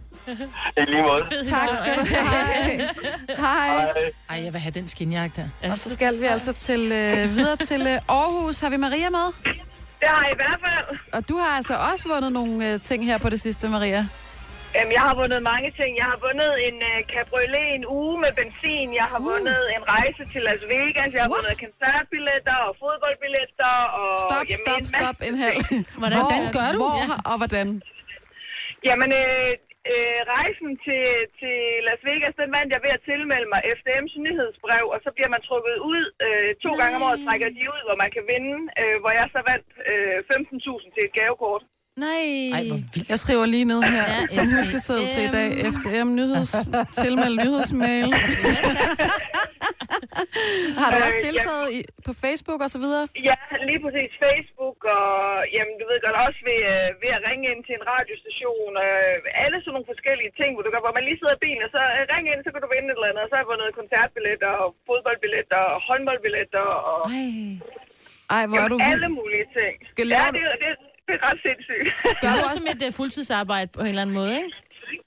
I lige måde. Tak skal du have. Hej. Ej, jeg vil have den skinjakke der. Og så skal vi altså til uh, videre til uh, Aarhus. Har vi Maria med? Det har jeg i hvert fald. Og du har altså også vundet nogle uh, ting her på det sidste, Maria. Jamen, jeg har vundet mange ting. Jeg har vundet en uh, cabriolet en uge med benzin. Jeg har uh. vundet en rejse til Las Vegas. Jeg har What? vundet koncertbilletter og fodboldbilletter. Og, stop, jamen, stop, en stop en halv. Hvordan hvor, gør du? Hvor ja. og hvordan? Jamen, øh, øh, rejsen til, til Las Vegas, den vandt jeg ved at tilmelde mig F D M's nyhedsbrev, og så bliver man trukket ud. Øh, to Nej. gange om året trækker de ud, hvor man kan vinde, øh, hvor jeg så vandt øh, femten tusind til et gavekort. Nej. Ej, hvor vildt. Jeg skriver lige ned her, ja, som huskeseddel til i dag. F D M nyheds, tilmeld nyhedsmail. Har du også deltaget i, på Facebook og så videre? Ja, lige præcis Facebook, og jamen, du ved godt også ved, ved at ringe ind til en radiostation, og alle sådan nogle forskellige ting, hvor, du kan, hvor man lige sidder i bilen, og så ring ind, så kan du vinde et eller andet, og så har jeg vundet koncertbilletter, og fodboldbilletter, og håndboldbilletter, og Ej, hvor er du jamen, alle mulige ting. Ja, det, det, det er ret sindssygt. Gør du også som et uh, fuldtidsarbejde på en eller anden måde, ikke?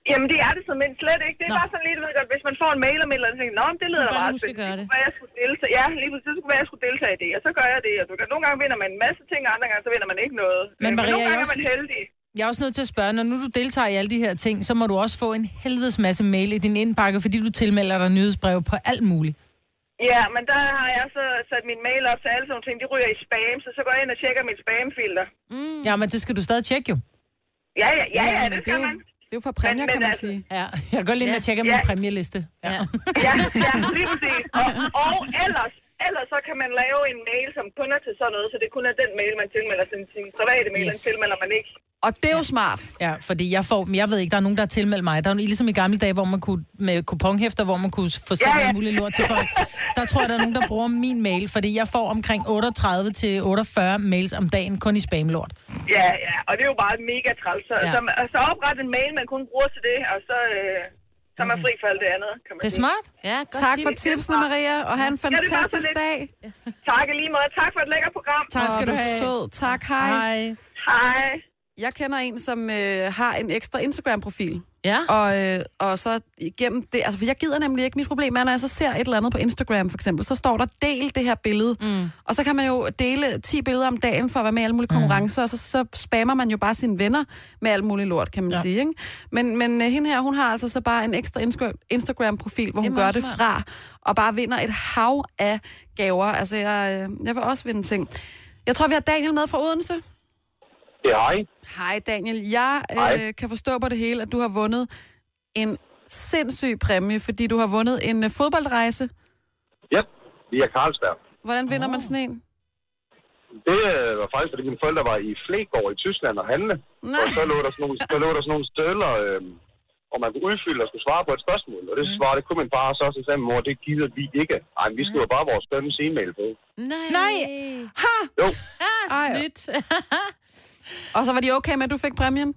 Jamen, det er det simpelthen slet ikke. Det er Nå. bare sådan lidt, ved godt, hvis man får en mail om et eller andet, tænker, nå, det leder bare meget huske at gøre det. Hvad jeg skulle deltage. Ja, lige præcis, så skulle være, jeg skulle deltage i det, og så gør jeg det. Og du kan, nogle gange vinder man en masse ting, og andre gange så vinder man ikke noget. Men Maria, Men nogle gange også... er man heldig. Jeg er også nødt til at spørge, når nu du deltager i alle de her ting, så må du også få en helvedes masse mail i din indbakke, fordi du tilmelder dig nyhedsbrev på alt muligt. Ja, men der har jeg så sat min mail op til alle sådan nogle ting, de ryger i spam, så så går jeg ind og tjekker mit spamfilter. Mm. Ja, men det skal du stadig tjekke jo. Ja, ja, ja, ja, Ja, det men skal det er jo- man. Det er jo for præmier, Men- kan men man altså- sige. Ja, jeg går lige ind og tjekker Ja. min præmieliste. Ja. Ja. Ja, ja, lige præcis. Og, og ellers, ellers så kan man lave en mail, som kun er til sådan noget, så det kun er den mail, man tilmelder. Sin, sin private mail, Yes. den tilmelder man ikke. Og det er jo smart. Ja, fordi jeg får, men jeg ved ikke, der er nogen, der har tilmeldt mig. Der er jo ligesom i gamle dage, hvor man kunne, med kuponhæfter, hvor man kunne få sendt Ja, ja. alt muligt lort til folk. Der tror jeg, der er nogen, der bruger min mail, fordi jeg får omkring otteogtredive til otteogfyrre mails om dagen, kun i spamlort. Ja, ja, og det er jo bare mega træls. Så, Ja. ja. så, så opret en mail, man kun bruger til det, og så, øh, så er man fri for alt det andet, kan man Det er sige. smart. Ja, godt Tak tip. for tipsene, Maria, og have en Ja, det var så fantastisk lidt. dag. Tak i lige måde. Tak for et lækkert program. Tak skal Og du er have. Sød. Tak, hej. Hej. Hej. Jeg kender en, som øh, har en ekstra Instagram-profil. Ja. Og, øh, og så igennem det, altså for jeg gider nemlig ikke, mit problem er, når jeg så ser et eller andet på Instagram for eksempel, så står der, del det her billede. Mm. Og så kan man jo dele ti billeder om dagen for at være med i alle mulige konkurrencer, mm. og så, så spammer man jo bare sine venner med alt muligt lort, kan man ja. sige. Ikke? Men, men øh, hende her, hun har altså så bare en ekstra Insta- Instagram-profil, hvor hun gør det fra, og bare vinder et hav af gaver. Altså jeg, øh, jeg vil også vinde ting. Jeg tror, vi har Daniel med fra Odense. Ja, hej. Hej Daniel, jeg øh, kan forstå på det hele, at du har vundet en sindssyg præmie, fordi du har vundet en øh, fodboldrejse. Ja, via Carlsberg. Hvordan vinder oh. man sådan en? Det øh, var faktisk, fordi mine forældre var i Flegård i Tyskland og handle. Nej. Og så lå der sådan nogle, så lå der sådan nogle stødler, øh, hvor man kunne udfylde og skulle svare på et spørgsmål. Og det Mm. svarede kun min far, og så så sagde min mor, det gider vi ikke. Ej, men vi skriver bare vores bønnes e-mail på. Nej. Nej. Ha! Jo, Ah, Ej. snydt. Og så var de okay med, at du fik præmien?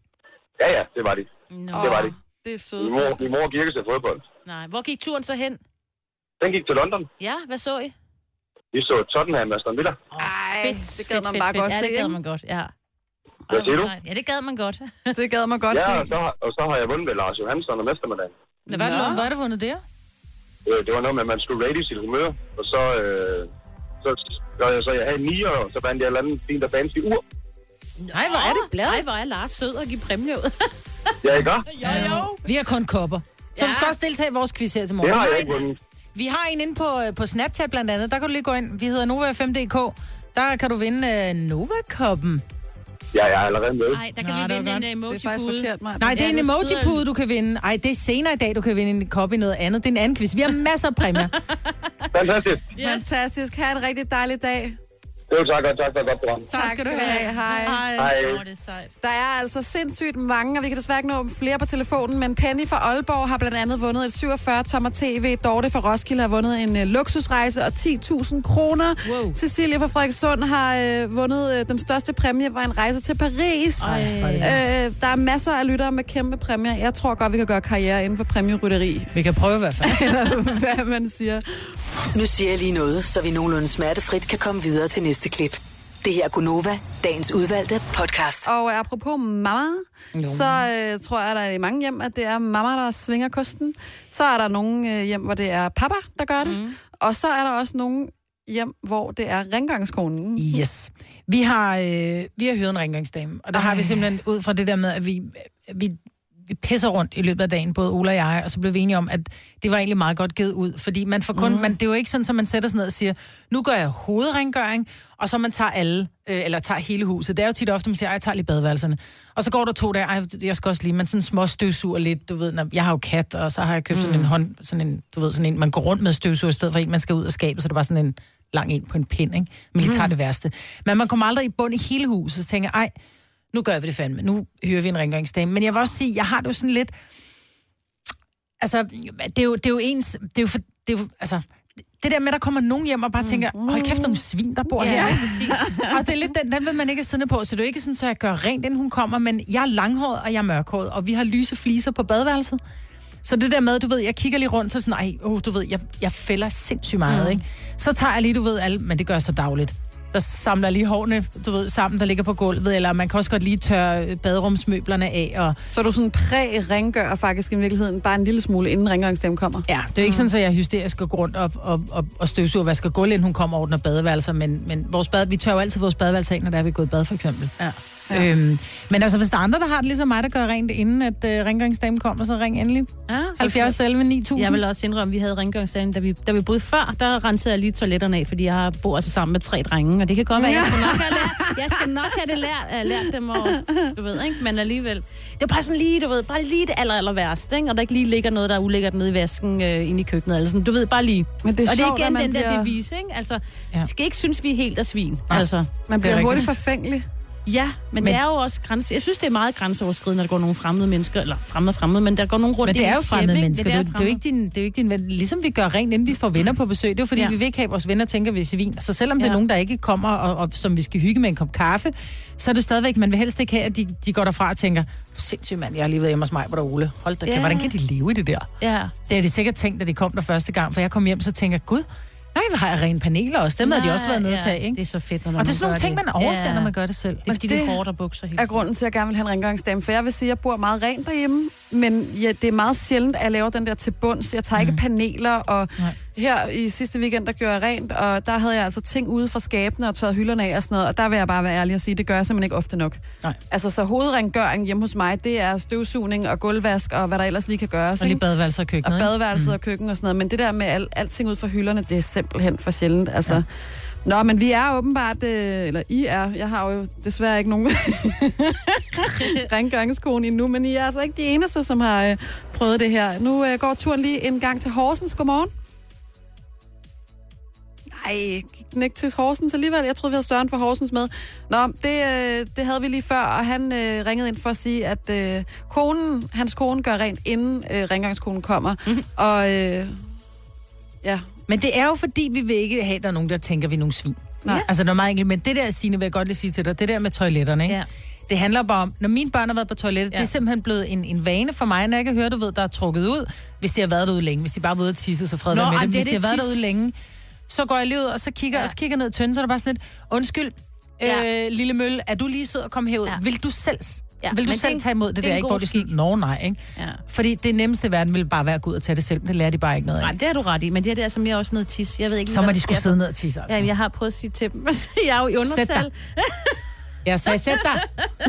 ja ja, det var de. Nå. Det var de. Det er søde Min mor, min mor gik ikke til fodbold. Nej. Hvor gik turen så hen? Den gik til London. Ja, hvad så I? Vi så Tottenham og Aston Villa. Oh, Ej, fedt, det gad fedt, man fedt, bare fedt. godt ja, se, det gad ikke? man godt, ja. Hvad siger du? Ja, det gad man godt. Det gad man godt Ja, se. og så, har- og så har jeg vundet med Lars Johansson og Mestermiddagen. Nå, hvad, er Nå. det, hvad er det vundet der? Øh, det var noget med, at man skulle rate i sit humør. Og så, øh, så gør jeg så, jeg havde ni år, så vandt jeg et eller andet fint og fancy ur. Nej, hvor er det bladet? Nej, hvor er Lars sød at give præmie ud. Ja, ikke? jo, jo. Vi har kun kopper. Så Ja. du skal også deltage i vores quiz her til morgen. Det har Vi jeg har ikke en- vundet. Vi har en inde på, på Snapchat blandt andet. Der kan du lige gå ind. Vi hedder Nova fem punktum d k. Der kan du vinde uh, Nova-koppen. Ja, jeg er allerede med. Nej, der kan Nå, vi det var vinde godt. en emoji-pude. Det er faktisk forkert, mig. Nej, det er Ja, en det er sødt. emoji-pude, du kan vinde. Ej, det er senere i dag, du kan vinde en kop i noget andet. Det er en anden quiz. Vi har masser af præmier. Fantastisk. Yes. Fantastisk. Ha' en rigtig dejlig dag. Jo, tak, og tak for et godt program. Tak skal du have. Hej. Hej. Åh, det er sejt. Der er altså sindssygt mange, og vi kan desværre ikke nå flere på telefonen, men Penny fra Aalborg har blandt andet vundet et syvogfyrre tommer tv. Dorte fra Roskilde har vundet en uh, luksusrejse og ti tusind kroner. Wow. Cecilia fra Frederikssund har uh, vundet uh, den største præmie, var en rejse til Paris. Ej. Uh, der er masser af lyttere med kæmpe præmier. Jeg tror godt, vi kan gøre karriere inden for præmierytteri, Vi kan prøve i hvert fald. eller hvad man siger. Nu siger jeg lige noget, så vi nogenlunde smertefrit kan komme videre til næste klip. Det her er Gunova, dagens udvalgte podcast. Og apropos mamma, Jo. så øh, tror jeg, der er i mange hjem, at det er mamma, der svinger kosten. Så er der nogle øh, hjem, hvor det er papa, der gør det. Mm. Og så er der også nogle hjem, hvor det er rengøringskonen. Yes. Vi har, øh, vi har hyret en rengøringsdame, og der Ej. har vi simpelthen ud fra det der med, at vi, vi, vi pisser rundt i løbet af dagen, både Ola og jeg, og så blev vi enige om, at det var egentlig meget godt givet ud, fordi man får kun, mm. man, det er jo ikke sådan, at man sætter sig ned og siger, nu gør jeg hovedrengøring, og så man tager alle, øh, eller tager hele huset. Det er jo tit ofte, man siger, jeg tager lige badeværelserne. Og så går der to dage, ej, jeg skal også lige, man sådan små støvsuger lidt, du ved, når, jeg har jo kat, og så har jeg købt mm. sådan en hånd, sådan en, du ved, sådan en, man går rundt med støvsuger, i stedet for en, man skal ud og skabe, så det er bare sådan en lang en på en pind, ikke? Men lige tager det værste. Men man kommer aldrig i bund i hele huset, så tænker jeg, ej, nu gør vi det fandme. Nu hører vi en rengøringsdame. Men jeg vil også sige, jeg har det jo sådan lidt... Altså, det er jo, det er jo ens... Det er jo, for, det er jo altså, det der med, der kommer nogen hjem og bare tænker, hold kæft, nogle svin, der bor Ja, her. præcis. Og det er lidt den, den vil man ikke have siddende på. Så det er jo ikke sådan, så jeg gør rent, inden hun kommer. Men jeg er langhåret, og jeg er mørkhåret. Og vi har lyse fliser på badeværelset. Så det der med, du ved, jeg kigger lige rundt, så sådan, ej, oh, du ved, jeg, jeg fælder sindssygt meget, mm. ikke? Så tager jeg lige, du ved, alle, men det gør jeg så dagligt. der samler lige hårene, du ved, sammen, der ligger på gulvet, eller man kan også godt lige tørre baderumsmøblerne af. Og... Så er du sådan præ-rengør faktisk i virkeligheden, bare en lille smule, inden rengøringsdamen kommer? Ja, det er jo ikke mm. sådan, at jeg hysterisk går rundt op og, og, og støvsuger og vasker gulv, inden hun kommer og ordner badeværelser, men, men vores bad, vi tør jo altid vores badeværelser af, når der er vi gået i bad, for eksempel. Ja. Ja. Øhm, men altså, hvis der er andre, der har det ligesom mig, der gør rent, inden at øh, rengøringsdamen kommer, så ring endelig. Ja, halvfjerds elleve ni tusind. Jeg vil også indrømme, at vi havde rengøringsdagen, da vi, da vi boede før, der rensede jeg lige toiletterne af, fordi jeg bor altså sammen med tre drenge, og det kan godt være, ja. jeg skal nok have lært, jeg skal nok have det lært, uh, lært dem, og, du ved, ikke? Men alligevel. Det er bare sådan lige, du ved, bare lige det aller, aller værste, ikke? Og der ikke lige ligger noget, der er ulækkert nede i vasken øh, inde i køkkenet, eller sådan, du ved, bare lige. Men det er og sjovt, det er igen den bliver... der devise, ikke? Altså, ja. skal ikke synes, vi er helt af svin, ja. altså. Man bliver hurtigt forfængelig. Ja, men, men det er jo også grænse. Jeg synes, det er meget grænseoverskridende, når der går nogle fremmede mennesker, eller fremmede fremmede, men der går nogle rundt. Men det er jo fremmede hjem, mennesker. Det er, det, er det, er jo ikke din, det er jo ikke din, ligesom vi gør rent, inden vi får venner på besøg. Det er jo fordi, ja. vi vil ikke have vores venner tænker, vi er svin. Så selvom ja. det er nogen, der ikke kommer, og, og som vi skal hygge med en kop kaffe, så er det stadigvæk, man vil helst ikke have, at de, de går derfra og tænker, sindssygt mand, jeg har lige været hjemme hos mig, hvor der Ole. Hold da, ja. hvordan kan de leve i det der? Ja. Det er de sikkert tænkt, da de kom der første gang, for jeg kom hjem, så tænker jeg, gud, nej, vi har rene paneler også. Dem havde de også været nødt til, ikke? Det er så fedt, når man Og det er sådan nogle ting, det. man overser, ja. når man gør det selv. Det er fordi, det, det er hårdt og bukser helt. Er grunden til, at jeg gerne vil have en rengøringsdame. For jeg vil sige, at jeg bor meget rent derhjemme, men ja, det er meget sjældent, at jeg laver den der til bunds. Jeg tager mm. ikke paneler, og nej. her i sidste weekend, der gjorde jeg rent, og der havde jeg altså ting ude fra skabene og tørret hylderne af og sådan noget, og der vil jeg bare være ærlig og sige, det gør jeg simpelthen ikke ofte nok. Nej. Altså, så hovedrengøring hjemme hos mig, det er støvsugning og gulvvask og hvad der ellers lige kan gøres. Og lige badeværelser og køkkenet. Og badeværelset mm. og køkken og sådan noget, men det der med al, alting ud fra hylderne, det er simpelthen for sjældent. Altså, ja. Nå, men vi er åbenbart, øh, eller I er, jeg har jo desværre ikke nogen rengøringskone endnu, men I er altså ikke de eneste, som har øh, prøvet det her. Nu øh, går turen lige en gang til Horsens. Godmorgen. Nej, gik den ikke til Horsens alligevel? Jeg troede, vi havde Søren fra Horsens med. Nå, det, øh, det havde vi lige før, og han øh, ringede ind for at sige, at øh, konen, hans kone gør rent, inden øh, rengøringskonen kommer. Mm-hmm. Og øh, ja... Men det er jo fordi, vi vil ikke have, at der er nogen, der tænker, vi er nogle svin. Nej. Altså, det er meget enkelt. Men det der, Signe, vil jeg godt lige sige til dig, det der med toiletterne, ikke? Ja. Det handler bare om, når mine børn har været på toilettet, ja. det er simpelthen blevet en, en vane for mig, når jeg kan høre, du ved, der er trukket ud, hvis de har været derude længe. Hvis de bare var ude og tisse, så fred med det. Hvis de har været derude længe, så går jeg lige ud, og så kigger, ja. og så kigger ned i tønden, så er der bare sådan lidt, undskyld, ja. øh, lille mølle, er du lige sød og komme herud? Ja. Vil du selv... Ja, vil du selv en, tage imod det, det der, ikke? Hvor det er sådan, nå nej, ikke? Ja. Fordi det nemmeste i verden vil bare være at gå ud og tage det selv, det lærer de bare ikke noget af. Nej, det er du ret i, men det er det altså mere også noget tis. Jeg ved ikke, så må de skulle sidde ned og tisse, altså. Ja, jeg har prøvet at sige til dem, jeg er jo i undertal. Jeg sagde, sæt dig.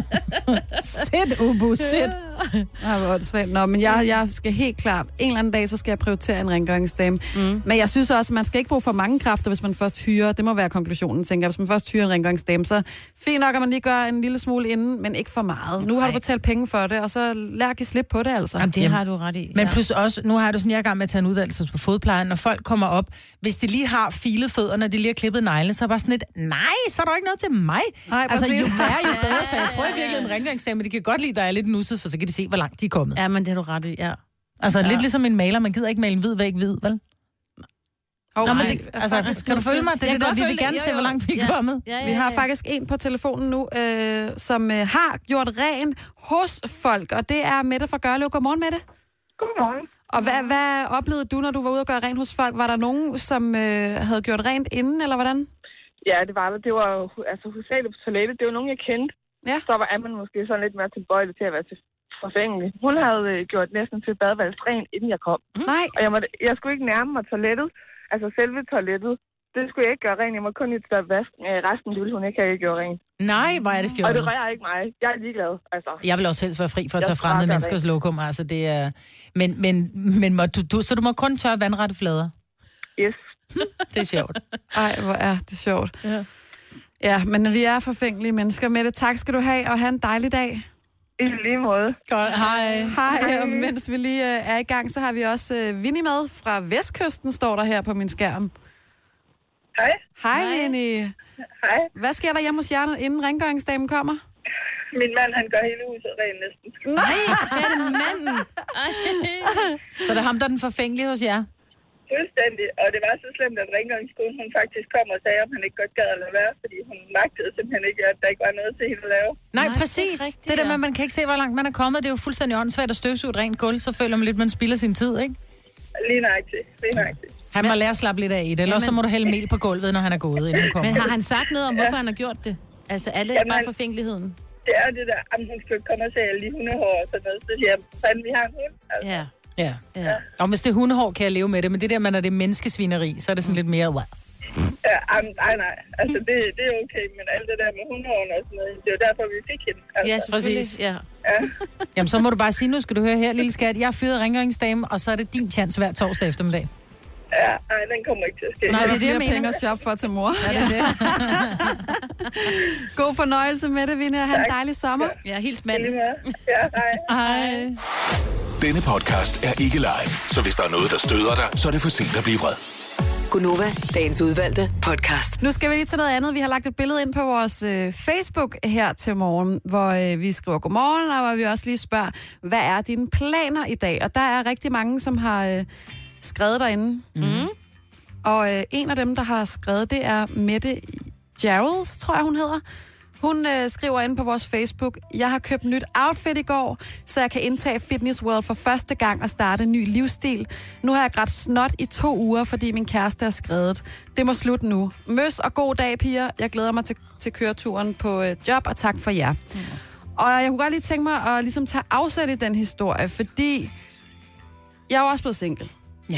Sæt, Ubu, sæt. Ja, hvor er det svært. Nå, men jeg, jeg skal helt klart, en eller anden dag, så skal jeg prioritere en rengøringsdame. Mm. Men jeg synes også, at man skal ikke bruge for mange kræfter, hvis man først hyrer. Det må være konklusionen, tænker jeg. Hvis man først hyrer en rengøringsdame, så fint nok, at man lige gør en lille smule inden, men ikke for meget. Nu har du betalt penge for det, og så lær at give slip på det, altså. Jamen, det Jamen. har du ret i. Men ja. plus også, nu har du sådan, jeg er i gang med at tage en uddannelse på fodplejen, når folk kommer op, hvis de lige har filet fødderne, de lige har klippet neglene, så er bare sådan lidt, nej, så er der ikke noget til mig. Nej, altså, jo værre, jo bedre, så jeg tror i virkeligheden en rengøringsdame, men de kan godt lide, der er lidt nusset, for så kan de se, hvor langt de er kommet. Ja, men det er du ret i, ja. Altså, ja. lidt ligesom en maler, man gider ikke male en hvid væg hvid, vel? Oh, Nå, men det, altså, kan du følge mig? Det er det der, vi vil gerne se, hvor langt vi er ja. kommet. Ja, ja, ja. Vi har faktisk en på telefonen nu, øh, som øh, har gjort ren hos folk, og det er Mette fra Gørlev. Godmorgen, Mette. Godmorgen. Og hvad, hvad oplevede du, når du var ude og gøre rent hos folk? Var der nogen, som øh, havde gjort rent inden, eller hvordan? Ja, det var der. Det var altså hovedsageligt på toilettet. Det var nogen, jeg kendte. Ja. Så var man måske sådan lidt mere tilbøjelig til at være til forfængelig. Hun havde øh, gjort næsten til badeværelset rent, inden jeg kom. Mm. Nej. Og jeg, måtte, jeg skulle ikke nærme mig toilettet. Altså selve toilettet. Det skulle jeg ikke gøre rent. Jeg må kun lige tage vask. Resten ville hun ikke have gjort rent. Nej, hvor er det fjollet. Og det rører ikke mig. Jeg er ligeglad. Altså. Jeg vil også helst være fri for at tage fremmede menneskers lokum. Altså, det er... Men, men, men må du, du, så du må kun tørre vandrette flader? Yes. Det er sjovt. Ej, hvor er det sjovt. Ja. Ja, men vi er forfængelige mennesker. Mette, tak skal du have, og have en dejlig dag. I lige måde. Godt, hej. Hej, og mens vi lige uh, er i gang, så har vi også uh, Vinnie med fra Vestkysten, står der her på min skærm. Hej. Hej, Vinnie. Hej. Hvad sker der hjemme hos jer, inden rengøringsdamen kommer? Min mand, han gør hele huset rent næsten. Nej, det er det manden. Så det er ham, der er den forfængelige hos jer? Fuldstændig. Og det var så slemt, at rengøringskonen, hun faktisk kom og sagde, om han ikke godt gad at lade være, fordi hun magtede simpelthen ikke, at der ikke var noget til hende at lave. Nej, Nej præcis. Det, rigtigt, det der med, at man kan ikke se, hvor langt man er kommet. Det er jo fuldstændig åndssvagt at støvsuge et rent gulv, så føler man lidt, man spilder sin tid, ikke? Lige nøjagtigt. Lige nøjagtigt. Han må lære at slappe lidt af i det, eller så må du hælde mel på gulvet, når han er gået, inden han kommer. Men har han sagt noget om, hvorfor ja. han har gjort det? Altså, er det Jamen, bare forfængeligheden? Det er det der, at hun skal komme og se alle de hundehår og sådan noget. Så siger jeg, fanden, vi har en hund. Altså. Ja. Ja. ja. Og hvis det er hundehår, kan jeg leve med det, men det der, man er det menneskesvineri, så er det sådan lidt mere... Wow. Ja, nej, nej. Altså, det, det er okay, men alt det der med hundehårene og sådan noget, det er jo derfor, vi fik hende. Altså. Ja, præcis. Ja. Ja. Jamen, så må du bare sige, nu skal du høre her, lille skat. Jeg er fyret rengøringsdame, og så er det din chance hver torsdag eftermiddag. Ja, nej, den kommer ikke til at ske. Nej, det er det, jeg mener. Penge at shoppe for til mor. Ja, det er det. God fornøjelse med det, Vinnie, og have en dejlig sommer. Ja, hils manden. Ja, hej. Hej. Denne podcast er ikke live, så hvis der er noget, der støder dig, så er det for sent at blive vred. Gunova, dagens udvalgte podcast. Nu skal vi lige til noget andet. Vi har lagt et billede ind på vores øh, Facebook her til morgen, hvor øh, vi skriver godmorgen, og hvor vi også lige spørger, hvad er dine planer i dag? Og der er rigtig mange, som har øh, skrevet derinde. Mm. Og øh, en af dem, der har skrevet, det er Mette Geralds, tror jeg, hun hedder. Hun øh, skriver inde på vores Facebook, jeg har købt nyt outfit i går, så jeg kan indtage Fitness World for første gang og starte en ny livsstil. Nu har jeg grædt snot i to uger, fordi min kæreste er skredet. Det må slutte nu. Møs og god dag, piger. Jeg glæder mig til, til køreturen på øh, job, og tak for jer. Mm. Og jeg kunne godt lige tænke mig at ligesom tage afsæt i den historie, fordi jeg er jo også blevet single. Ja.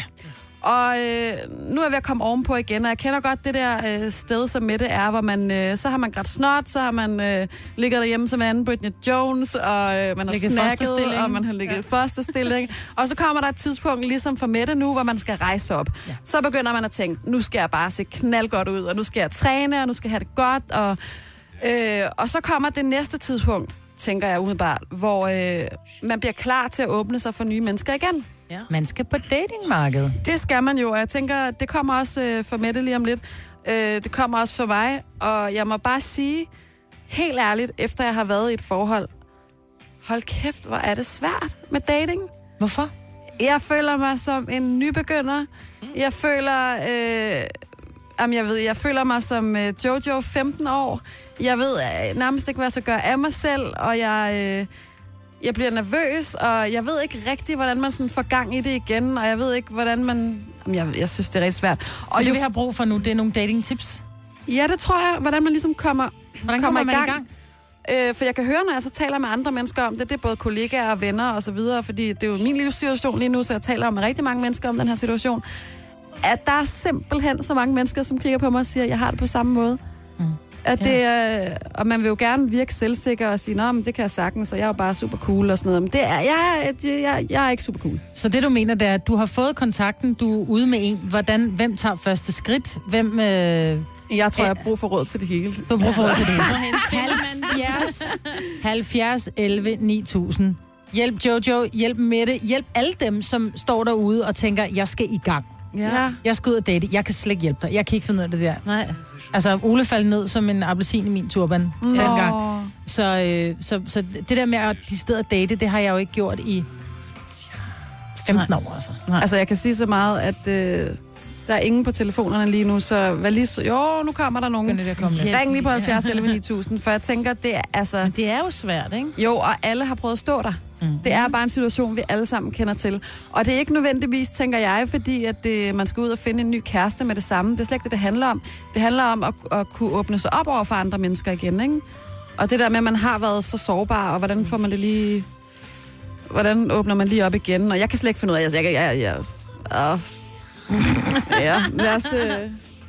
Og øh, nu er jeg ved at komme ovenpå igen, og jeg kender godt det der øh, sted, som Mette er, hvor man, øh, så har man grædt snot, så har man øh, ligget derhjemme som anden Britney Jones, og øh, man har snakket, og man har ligget i ja. fosterstilling. Og så kommer der et tidspunkt, ligesom for Mette nu, hvor man skal rejse op. Ja. Så begynder man at tænke, nu skal jeg bare se knaldgodt ud, og nu skal jeg træne, og nu skal jeg have det godt. Og, øh, og så kommer det næste tidspunkt, tænker jeg umiddelbart, hvor øh, man bliver klar til at åbne sig for nye mennesker igen. Ja. Man skal på datingmarkedet. Det skal man jo, og jeg tænker, det kommer også øh, for Mette lige om lidt. Øh, det kommer også for mig, og jeg må bare sige, helt ærligt, efter jeg har været i et forhold, hold kæft, hvor er det svært med dating. Hvorfor? Jeg føler mig som en nybegynder. Jeg føler, øh, jamen jeg ved, jeg føler mig som øh, Jojo, femten år. Jeg ved øh, nærmest ikke, hvad jeg skal gøre af mig selv, og jeg... Øh, Jeg bliver nervøs, og jeg ved ikke rigtig, hvordan man sådan får gang i det igen, og jeg ved ikke, hvordan man... Jamen, jeg, jeg synes, det er rigtig svært. Så og det, jo... vi har brug for nu, det er nogle dating-tips? Ja, det tror jeg. Hvordan man ligesom kommer, hvordan kommer, kommer man i gang? I gang? Øh, for jeg kan høre, når jeg så taler med andre mennesker om det, det er både kollegaer og venner og så videre, fordi det er jo min livssituation lige nu, så jeg taler med rigtig mange mennesker om den her situation, at der er simpelthen så mange mennesker, som kigger på mig og siger, at jeg har det på samme måde. Mm. At det, ja. øh, og man vil jo gerne virke selvsikker og sige, nå, men det kan jeg sagtens, så jeg er jo bare super cool og sådan noget. Men det er, jeg, jeg, jeg, jeg er ikke super cool. Så det, du mener, det er, at du har fået kontakten, du er ude med en. Hvordan, hvem tager første skridt? Hvem... Øh, jeg tror, jeg har brug for råd til det hele. Du har brug for råd til det hele. halvfjerds, halvfjerds, elleve, ni tusind. Hjælp Jojo, hjælp Mette, hjælp alle dem, som står derude og tænker, jeg skal i gang. Ja. Jeg skal ud og date. Jeg kan slet ikke hjælpe dig. Jeg kan ikke finde ud af det der. Nej. Altså, Ole faldt ned som en appelsin i min turban no. dengang. Så, øh, så, så det der med at de steder date, det har jeg jo ikke gjort i femten Nej. år. Altså. altså, jeg kan sige så meget, at øh, der er ingen på telefonerne lige nu, så vær lige så, jo, nu kommer der nogen. Ring lige på halvfjerds elleve ni tusind, for jeg tænker, det er altså... Men det er jo svært, ikke? Jo, og alle har prøvet at stå der. Mm. Det er bare en situation, vi alle sammen kender til. Og det er ikke nødvendigvis, tænker jeg, fordi at det, man skal ud og finde en ny kæreste med det samme. Det er slet ikke det, det handler om. Det handler om at, at kunne åbne sig op over for andre mennesker igen, ikke? Og det der med, at man har været så sårbar, og hvordan får man det lige... Hvordan åbner man lige op igen? Og jeg kan slet ikke finde ud af... Jeg, jeg, jeg, jeg, jeg, ja, lad os, øh,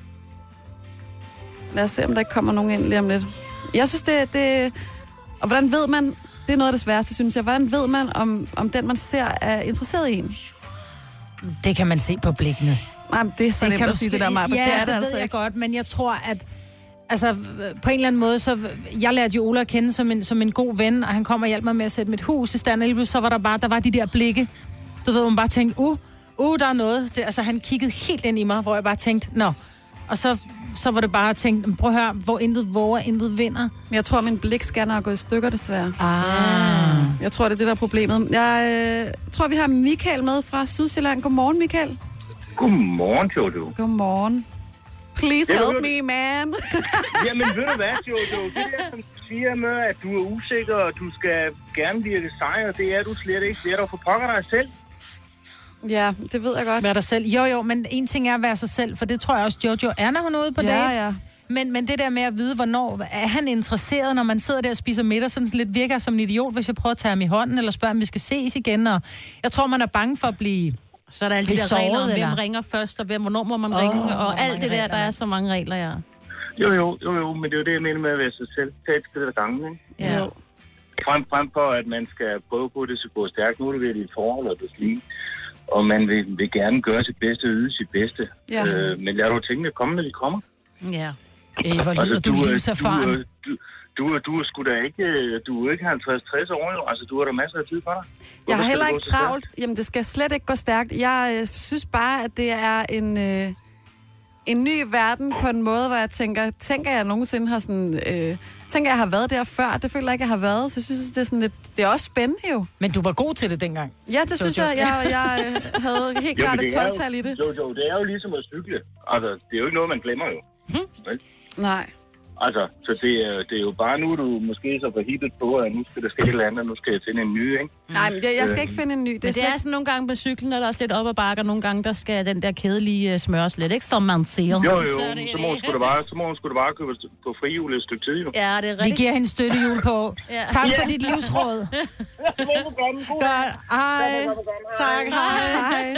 lad os se, om der ikke kommer nogen ind lige om lidt. Jeg synes, det... det og hvordan ved man... Det er noget af det sværeste, synes jeg. Hvordan ved man, om, om den, man ser, er interesseret i en? Det kan man se på blikkene. Jamen, det er så nemt at sige det der, Maja. Ja, det er det, det altså ved jeg ikke. godt, men jeg tror, at altså, på en eller anden måde, så jeg lærte jo Ola at kende som en, som en god ven, og han kom og hjalp mig med at sætte mit hus i stand, og lige så var der bare, der var de der blikke. Du ved, man bare tænkte, uh, uh, der er noget. Det, altså, han kiggede helt ind i mig, hvor jeg bare tænkte, nå. Og så, så var det bare at tænke, prøv at høre, hvor intet våger, intet vinder. Jeg tror, min blikscanner er gået i stykker, desværre. Ah. Jeg tror, det er det, der er problemet. Jeg øh, tror, vi har Michael med fra Sydsjælland. Godmorgen, Michael. Godmorgen, Jojo. Godmorgen. Please det help me, man. Jamen, ved du hvad, Jojo? Det der, som du siger med, at du er usikker, og du skal gerne virke sej, og det er du slet ikke. Det er du for pokker dig selv. Ja, det ved jeg godt. Vær dig selv. Jo, jo, men en ting er at være sig selv, for det tror jeg også, Jojo er, når hun er ude på Ja, date. ja. Men, men det der med at vide, hvornår er han interesseret, når man sidder der og spiser middag, sådan lidt virker som en idiot, hvis jeg prøver at tage ham i hånden, eller spørge, om vi skal ses igen. Og jeg tror, man er bange for at blive... Så er der alle de Blive der regler om, såret, hvem eller? ringer først, og hvem, hvornår må man Åh, ringe, hvor og alt mange det der, regler, der er mand. så mange regler, ja. Jo, jo, jo, jo, men det er jo det, jeg mener med at være sig selv. Tag et skridt ad gangen, ikke? Ja. Frem, frem for, at man skal prøve på, at det skal gå stærkt. Nu er det ved dit forhold og det lige. Og man vil, vil gerne gøre sit bedste og yde sit bedste. Ja. Øh, men lad du tingene komme, når de kommer. Ja. Ej, hvor lyder du er- livserfaren. Du, er- du, du, er- du er sgu da ikke, du er ikke halvtreds tres år, jo. Altså, du har da masser af tid for dig. Jeg Hvorfor har skal heller det gå ikke så stærkt? travlt. Jamen, det skal slet ikke gå stærkt. Jeg øh, synes bare, at det er en, øh, en ny verden på en måde, hvor jeg tænker, tænker jeg nogensinde har sådan... Øh, tænker jeg har været der før. Det føler jeg ikke, jeg har været. Så jeg synes, det er sådan lidt... Det er også spændende jo. Men du var god til det dengang. Ja, det synes jeg. Jeg, jeg øh, havde helt Jo, klart men et det er jo- tolv-tal i det. Jo, jo, det er jo ligesom at cykle. Altså, det er jo ikke noget, man glemmer jo. Hmm? Vel? Nej. Altså, så det er, det er jo bare nu, du måske så forhippet på, at nu skal der ske et eller andet, og nu skal jeg finde en ny, ikke? Nej, men jeg, jeg skal ikke finde en ny. Det er, Men det slet... er sådan nogle gange med cyklen, er der også lidt op ad bakke, og nogle gange, der skal den der kæde lige uh, smøres lidt, ikke? Som man siger. Jo, jo, Så er det så må hun sgu da bare, så må hun sgu da bare købe på frihjul et stykke tid, jo. Ja, det er Vi rigtigt. giver hende støttehjul på. Ja. Tak for dit livsråd. Godt. Hej. Tak, hej. Hej.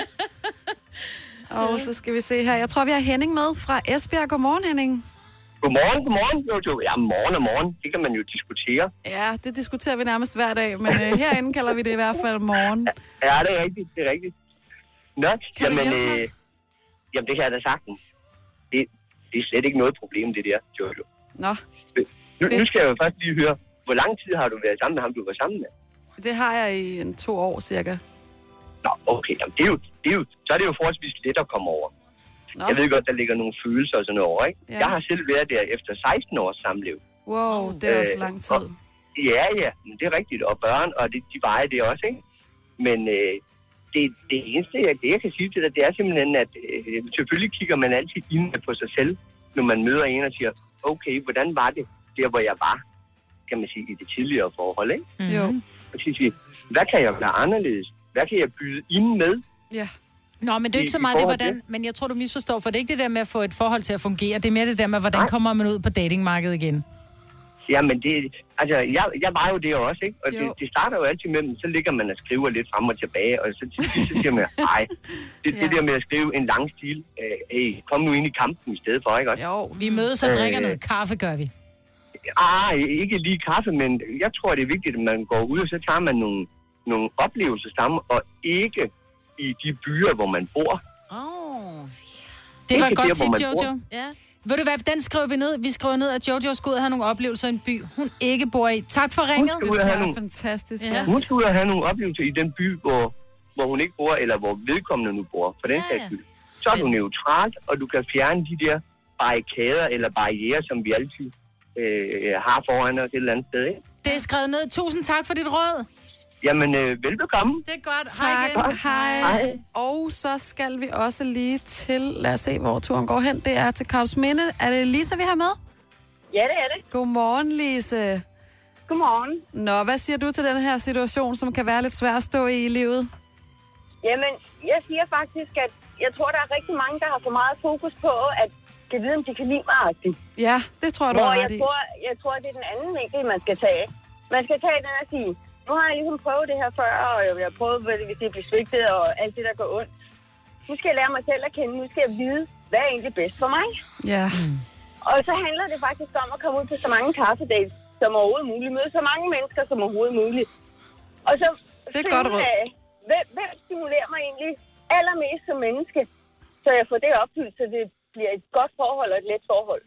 Og så skal vi se her. Jeg tror, vi har Henning med fra Esbjerg. Godmorgen, Henning. Godmorgen, godmorgen, Jojo. Ja, morgen og morgen. Det kan man jo diskutere. Ja, det diskuterer vi nærmest hver dag, men øh, herinde kalder vi det i hvert fald morgen. Ja, det er rigtigt, det er rigtigt. Nå, Kan du hjælpe mig? øh, jamen, det kan jeg da sagtens. Det, det er slet ikke noget problem, det der, Jojo. Nå, Nu, nu skal jeg jo først lige høre, hvor lang tid har du været sammen med ham, du var sammen med? det har jeg i en to år cirka. Nå, okay. Jamen, det er jo, det er jo, så er det jo forholdsvis let at komme over. Nå, Jeg ved godt, der ligger nogle følelser og sådan noget over, ikke? Ja. Jeg har selv været der efter seksten års samliv. wow, det er også Øh, lang tid. Ja, ja, men det er rigtigt. Og børn, og det, de vejer det også, ikke? Men øh, det, det eneste, jeg, det jeg kan sige til dig, det er simpelthen, at øh, selvfølgelig kigger man altid ind på sig selv, når man møder en og siger, okay, hvordan var det der, hvor jeg var, kan man sige, i det tidligere forhold, ikke? Mm. Jo, Og så sige, hvad kan jeg være anderledes? Hvad kan jeg byde ind med? ja. Nå, men det er ikke I- så i meget det, forhold hvordan... Men jeg tror, du misforstår, for det er ikke det der med at få et forhold til at fungere. Det er mere det der med, hvordan kommer man ud på datingmarkedet igen. Jamen, det, altså, jeg, jeg var jo det også, ikke? Og det, Jo. det starter jo altid med, så ligger man og skriver lidt frem og tilbage, og så til sidst så siger man, ej, det, det Ja. der med at skrive en lang stil, øh, hey, kom nu ind i kampen i stedet for, ikke også? Jo, Vi mødes og drikker Øh. noget kaffe, gør vi. Ah, ikke lige kaffe, men jeg tror, det er vigtigt, at man går ud, og så tager man nogle, nogle oplevelser sammen, og ikke i de byer, hvor man bor. Åh, oh, Det var et Ikke godt der, tip, hvor man bor. Jojo. ja. Ved du hvad, den skriver vi ned. Vi skriver ned, at Jojo skal ud og have nogle oplevelser i en by, hun ikke bor i. Tak for ringet. Hun skal ud det og tror have jeg er nogle, fantastisk. Ja. Ja. hun skal ud og have nogle oplevelser i den by, hvor, hvor hun ikke bor, eller hvor vedkommende nu bor, for den Ja, sags ja. skyld. Så er du neutralt, og du kan fjerne de der barrikader eller barriere, som vi altid øh, har foran os et eller andet sted, ikke? Det er skrevet ned. Tusind tak for dit råd. Jamen, øh, velbekomme. Det er godt. Hej Tak, igen. hej. Hej. Og så skal vi også lige til, lad os se, hvor turen går hen. Det er til Karlsminde. Er det Lisa, vi har med? Ja, det er det. Godmorgen, Lise. Godmorgen. Nå, hvad siger du til den her situation, som kan være lidt svær at stå i i livet? Jamen, jeg siger faktisk, at jeg tror, der er rigtig mange, der har for meget fokus på, at kan vide, om de kan lide mig agtigt. Ja, det tror jeg, du Hvor har jeg ret i. tror, jeg tror, det er den anden vinkel, man skal tage. Man skal tage den og sige, nu har jeg ligesom prøvet det her før, og jeg har prøvet, hvis det bliver svigtet og alt det, der går ondt. Nu skal jeg lære mig selv at kende. Nu skal jeg vide, hvad er egentlig bedst for mig. Ja. Og så handler det faktisk om at komme ud til så mange kaffedates som overhovedet muligt. Møde så mange mennesker som overhovedet muligt. Og så Det er et godt råd. af, hvem, hvem stimulerer mig egentlig allermest som menneske, så jeg får det opfyldt, så det bliver et godt forhold og et let forhold.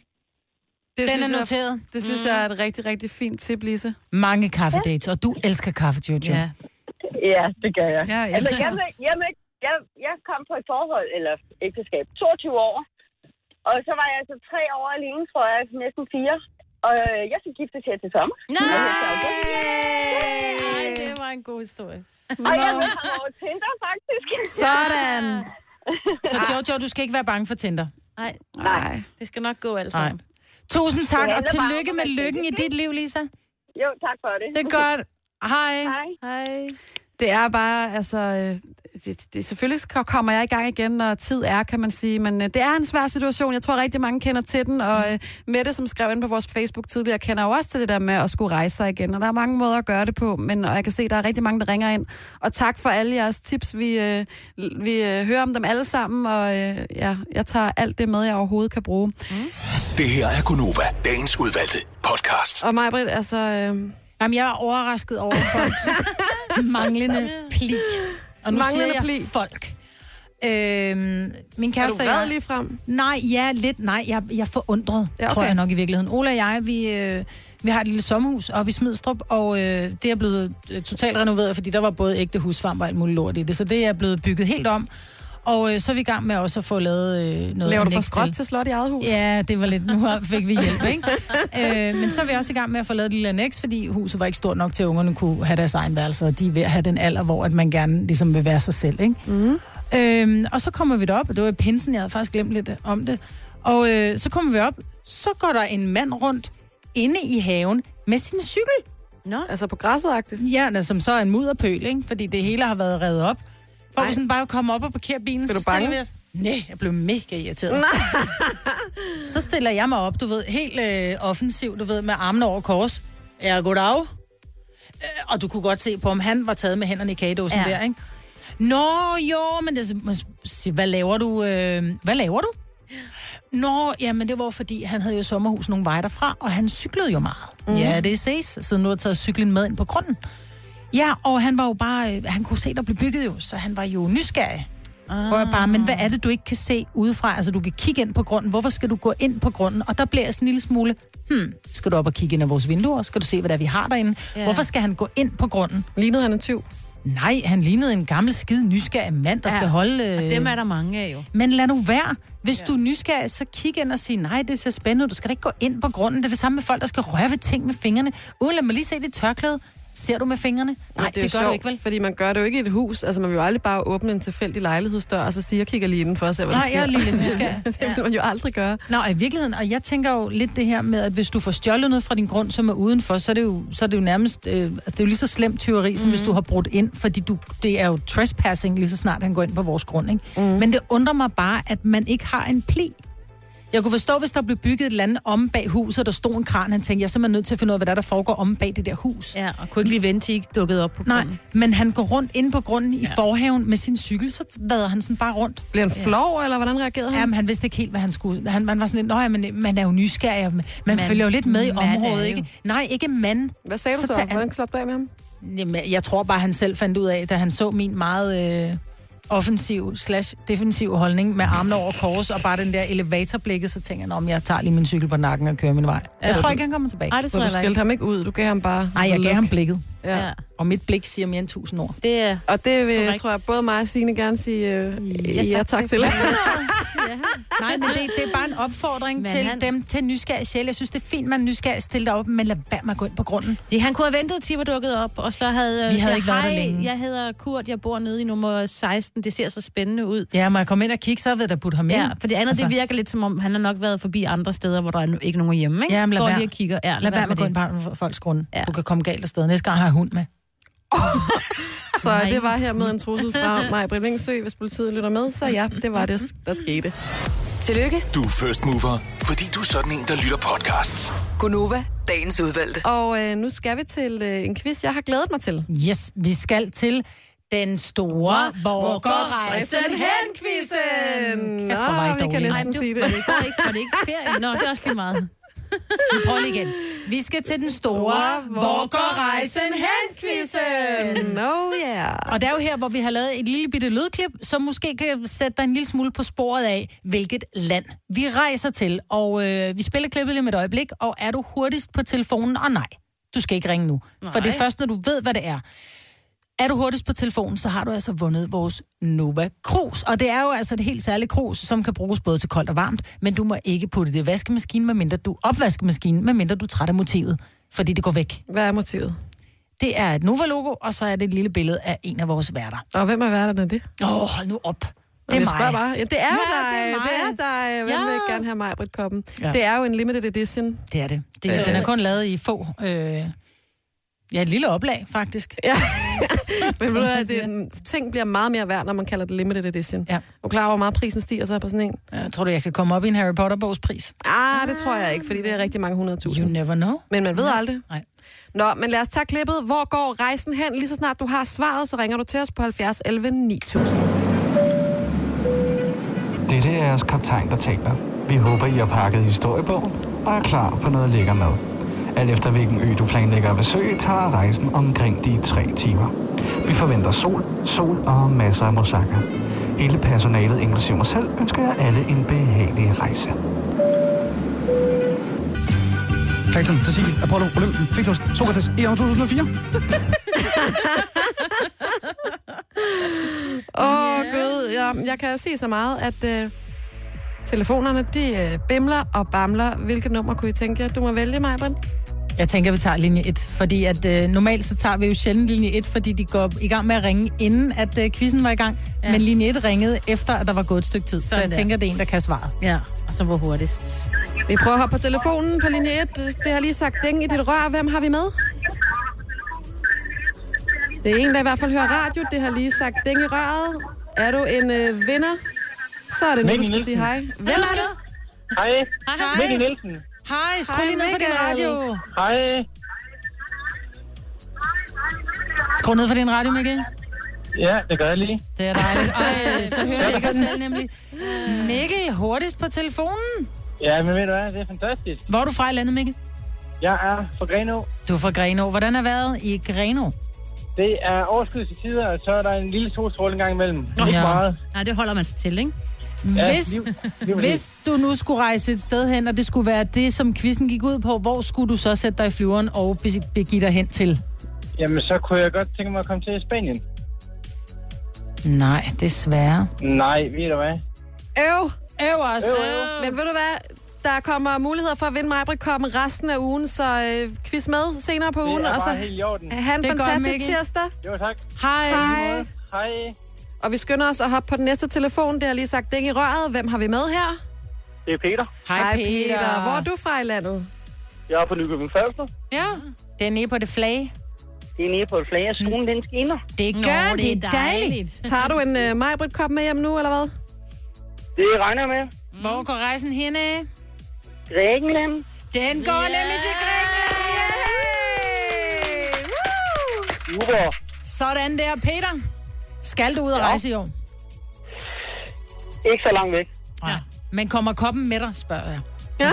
Det Den er synes jeg- noteret. Det synes jeg er et rigtig, rigtig fint tip, Lise. Mange kaffedates, og du elsker kaffe, Jojo. Ja. Ja, det gør jeg. Ja, jeg altså, elsker jeg, vil- jeg, vil- jeg, jeg kom på et forhold, eller ægteskab, toogtyve år. Og så var jeg altså tre år alene, tror jeg, næsten fire. Og øh, jeg skal giftes her til sommer. Nej! Ej, det var en god historie. Og jeg mødte ham over Tinder, faktisk. Sådan. Så Jojo, du skal ikke være bange for Tinder. Nej, Nej. det skal nok gå alt Nej. sammen. Tusind tak, Det og handler bare tillykke om, med at man lykken i skal- dit liv, Lisa. Jo, tak for det. Det er godt. Hej. Hej. Hej. Det er bare, altså... Det, det, selvfølgelig kommer jeg i gang igen, når tid er, kan man sige. Men det er en svær situation. Jeg tror, rigtig mange kender til den. Og mm. Mette, som skrev ind på vores Facebook tidligere, kender jo også til det der med at skulle rejse sig igen. Og der er mange måder at gøre det på. Men og jeg kan se, at der er rigtig mange, der ringer ind. Og tak for alle jeres tips. Vi, øh, vi øh, hører om dem alle sammen. Og øh, ja, jeg tager alt det med, jeg overhovedet kan bruge. Mm. Det her er Gonova, dagens udvalgte podcast. Og Maj-Brit, altså... Øh... Jamen, jeg er overrasket over folks manglende pli. Og nu manglende siger jeg pli. folk. Øhm, min kæreste... Er du vred lige frem? Nej, ja, lidt. Nej, jeg, jeg er forundret, ja, okay. tror jeg nok i virkeligheden. Ola og jeg, vi, øh, vi har et lille sommerhus oppe i Smidstrup, og øh, det er blevet øh, totalt renoveret, fordi der var både ægte husvarme og alt muligt lort i det. Så det er blevet bygget helt om. Og øh, så er vi i gang med også at få lavet øh, noget... Laver du for skråt til slot i eget hus? Ja, det var lidt... Nu fik vi hjælp, ikke? øh, men så er vi også i gang med at få lavet et lille annex, fordi huset var ikke stort nok til, at ungerne kunne have deres egen værelse, og de er ved at have den alder, hvor at man gerne ligesom vil være sig selv, ikke? Mm. Øh, og så kommer vi derop, og det var i pinsen, jeg havde faktisk glemt lidt om det. Og øh, så kommer vi op, så går der en mand rundt inde i haven med sin cykel. Nå. Altså på græsset-agtigt? Ja, som så er en mudderpøl, ikke? Fordi det hele har været revet op. Og vi sådan bare komme op og parkere bilen. Vil du så bange? Nej, jeg blev mega irriteret. Så stiller jeg mig op, du ved, helt øh, offensiv, du ved, med armene over kors. Ja, goddag. Øh, og du kunne godt se på, om han var taget med hænderne i kagedåsen ja. der, ikke? Nå, jo, men det, hvad laver du? Øh, hvad laver du? Nå, jamen det var fordi, han havde jo sommerhus nogle veje derfra, og han cyklede jo meget. Mm. Ja, det ses, siden nu har taget cyklen med ind på grunden. Ja, og han var jo bare, han kunne se, der blev bygget jo, så han var jo nysgerrig. Ah. Hvor jeg bare, men hvad er det, du ikke kan se udefra? Altså, du kan kigge ind på grunden. Hvorfor skal du gå ind på grunden? Og der bliver jeg sådan en lille smule, hmm, skal du op og kigge ind af vores vinduer? Skal du se, hvad der vi har derinde? Ja. Hvorfor skal han gå ind på grunden? Lignede han en tyv? Nej, han lignede en gammel, skide nysgerrig mand, der ja. skal holde... Øh... Og dem er der mange af jo. Men lad nu være. Hvis ja. du er nysgerrig, så kig ind og sig, nej, det ser spændende ud. Du skal da ikke gå ind på grunden. Det er det samme med folk, der skal røre ved ting med fingrene. Uden lad mig lige se det tørklæde. Ser du med fingrene? Nej, det, det gør sjovt, du ikke, vel? Fordi man gør det jo ikke i et hus. Altså, man vil jo aldrig bare åbne en tilfældig lejlighedsdør, og så sige, jeg kigger lige indenfor og ser, hvad nej, der sker. Nej, jeg er lige lidt nysgerrig. Det vil man jo aldrig gøre. Nå, i virkeligheden, og jeg tænker jo lidt det her med, at hvis du får stjålet noget fra din grund, som er udenfor, så er det jo, så er det jo nærmest, øh, altså, det er jo lige så slemt tyveri, som mm. hvis du har brudt ind, fordi du, det er jo trespassing, lige så snart han går ind på vores grund, ikke? Mm. Men det undrer mig bare, at man ikke har en pli. Jeg kunne forstå, hvis der blev bygget et eller andet om bag huset, der stod en kran, han tænkte, jeg er simpelthen nødt til at finde ud af, hvad der, der foregår om bag det der hus. Ja, og kunne ikke lige vente til ikke dukket op på grunden. Nej, men han går rundt inde på grunden i ja. forhaven med sin cykel, så vader han sådan bare rundt. Bliver han flov, ja. eller hvordan reagerede han? Jamen, han vidste ikke helt, hvad han skulle. Han, man var sådan lidt, nå ja, men man er jo nysgerrig, man, man følger jo lidt med i området, ikke? Nej, ikke mand. Hvad sagde du så? så? Hvordan slap du af med ham? Jamen, jeg tror bare, han selv fandt ud af, da han så min meget... Øh, offensiv slash defensiv holdning med armene over kors og bare den der elevatorblikket, så tænker jeg, om jeg tager lige min cykel på nakken og kører min vej. Ja, jeg tror ikke, han kommer tilbage. Ej, det tror jeg, du skældte ham ikke ud, du gav ham bare... Nej, jeg gav ham blikket. Ja. Og mit blik siger mere end tusind ord. Det er og det vil, jeg tror jeg, både mig og Signe gerne sige øh, ja, ja, tak til. Ja. Nej, men det, det er bare en opfordring men til han... dem, til nysgerrig sjæl. Jeg synes, det er fint, man nysgerrig stiller op, men lad være med at gå ind på grunden. Det, han kunne have ventet til, at dukket op, og så havde... Vi havde så, ikke været der længe. Jeg hedder Kurt, jeg bor nede i nummer seksten. Det ser så spændende ud. Ja, må jeg komme ind og kigge, så ved jeg, der putte ham ind. Ja, for det andet, altså... det virker lidt som om, han har nok været forbi andre steder, hvor der er ikke nogen hjemme, ikke? Ja, men lad være. Lige og kigger. Ja, lad, lad være med at gå ind på folks grund. Ja. Du kan komme galt afsted. Næste gang har jeg hund med. Så nej. Det var her med en trussel fra Maj-Brit Vingsø, hvis politiet lytter med. Så ja, det var det, der skete. Tillykke. Du er first mover, fordi du er sådan en, der lytter podcasts. Gonova, dagens udvalgte. Og øh, nu skal vi til øh, en quiz, jeg har glædet mig til. Yes, vi skal til den store Hvor går rejsen hen-quizzen. Nå, vi kan næsten sige det. Var det ikke, var det ikke ferie? Nå, det er også lige meget. Vi prøver lige igen. Vi skal til den store Hvor går rejsen hen-quizzen. No, yeah. Og det er jo her, hvor vi har lavet et lille bitte lydklip, som måske kan sætte dig en lille smule på sporet af, hvilket land vi rejser til. Og øh, vi spiller klippet lige med et øjeblik, og er du hurtigst på telefonen? Og nej, du skal ikke ringe nu. Nej. For det er først, når du ved, hvad det er. Er du hurtigst på telefonen, så har du altså vundet vores Nova Cruz. Og det er jo altså et helt særligt krus, som kan bruges både til koldt og varmt, men du må ikke putte det i vaskemaskinen, medmindre du opvaskemaskinen, medmindre du er træt af motivet, fordi det går væk. Hvad er motivet? Det er et Nova-logo, og så er det et lille billede af en af vores værter. Og hvem er værterne det? Åh, oh, hold nu op. Det er mig. Bare. Ja, det er ja, dig. Det er dig. Hvem ja. vil gerne have Maj-Brit-koppen? Ja. Det er jo en limited edition. Det er det. det øh. Den er kun lavet i få... Øh Ja, et lille oplag, faktisk. Ja. Men ved du, at det, ting bliver meget mere værd, når man kalder det limited edition. Ja. Er du klar over, hvor meget prisen stiger så på sådan en? Ja, tror du, jeg kan komme op i en Harry Potter-bogs pris? Ah, det tror jeg ikke, fordi det er rigtig mange hundredtusind. You never know. Men man ved ja. aldrig. Nej. Nå, men lad os tage klippet. Hvor går rejsen hen? Lige så snart du har svaret, så ringer du til os på halvfjerds elleve ni tusind. Dette er jeres kaptajn, der taler. Vi håber, I har pakket historiebogen og er klar på noget lækker mad. Alt efter hvilken ø du planlægger at besøge, tager rejsen omkring de tre timer. Vi forventer sol, sol og masser af moussaka. Hele personalet, inklusive mig selv, ønsker jer alle en behagelig rejse. Clayton, Cecilie, Apollo, Olympen, Fitos, Sokrates, E O to tusind og fire. Åh, oh, gud. Ja, jeg kan se så meget, at øh, telefonerne, de øh, bimler og bamler. Hvilket nummer kunne I tænke jer? Du må vælge, Majbrit. Jeg tænker, vi tager linje et, fordi at øh, normalt så tager vi jo sjældent linje et, fordi de går i gang med at ringe, inden at øh, quizzen var i gang. Ja. Men linje et ringede efter, at der var gået et stykke tid. Så, så jeg der. tænker, det er en, der kan svare. Ja, og så hvor hurtigst. Vi prøver at hoppe på telefonen på linje et. Det har lige sagt ding i dit rør. Hvem har vi med? Det er en, der i hvert fald hører radio. Det har lige sagt ding i røret. Er du en øh, vinder? Så er det nu, du skal sige hej. Hvem er det? Hej. Hej. Mikkel Nielsen. Hej, skru lige ned for din radio. Hej. Skru ned for din radio, Mikkel. Ja, det gør jeg lige. Det er dejligt. Ej, så hører jeg ikke os selv nemlig. Mikkel, hurtigst på telefonen. Ja, men ved du hvad, det er fantastisk. Hvor er du fra i landet, Mikkel? Jeg er fra Grenå. Du er fra Grenå. Hvordan er vejret i Grenå? Det er overskyet til tider, og så er der en lille solstråling gang imellem. Nå, ikke ja. meget. Nej, det holder man sig til, ikke? Ja, Hvis, liv, liv, hvis du nu skulle rejse et sted hen, og det skulle være det, som quizzen gik ud på, hvor skulle du så sætte dig i flyveren og begive dig hen til? Jamen, så kunne jeg godt tænke mig at komme til Spanien. Nej, desværre. Nej, ved du hvad? Øv! Øv os! Øv, øv. Men ved du hvad? Der kommer muligheder for at vinde Majbrit komme resten af ugen, så øh, quiz med senere på ugen. Det er og så bare helt i orden. have en fantastisk tirsdag. Jo, tak. Hej. Hej. Hej. Og vi skynder os at hoppe på den næste telefon. Det har lige sagt ding i røret. Hvem har vi med her? Det er Peter. Hej, Hej Peter. Peter. Hvor er du fra i landet? Jeg er på Nykøbing Falster. Ja, det er nede på det flag. Det er nede på et flag, og solen den skinner. Det gør, Nå, det er dejligt. Tager du en uh, Majbrit-kop med hjem nu, eller hvad? Det regner jeg med. Hvor går rejsen hen af? Grækenland. Den går Yeah. nemlig til Grækenland. Woo! Super. Sådan der, Peter. Skal du ud og Ja. rejse i år? Ikke så langt væk. Ja. Men kommer koppen med dig, spørger jeg.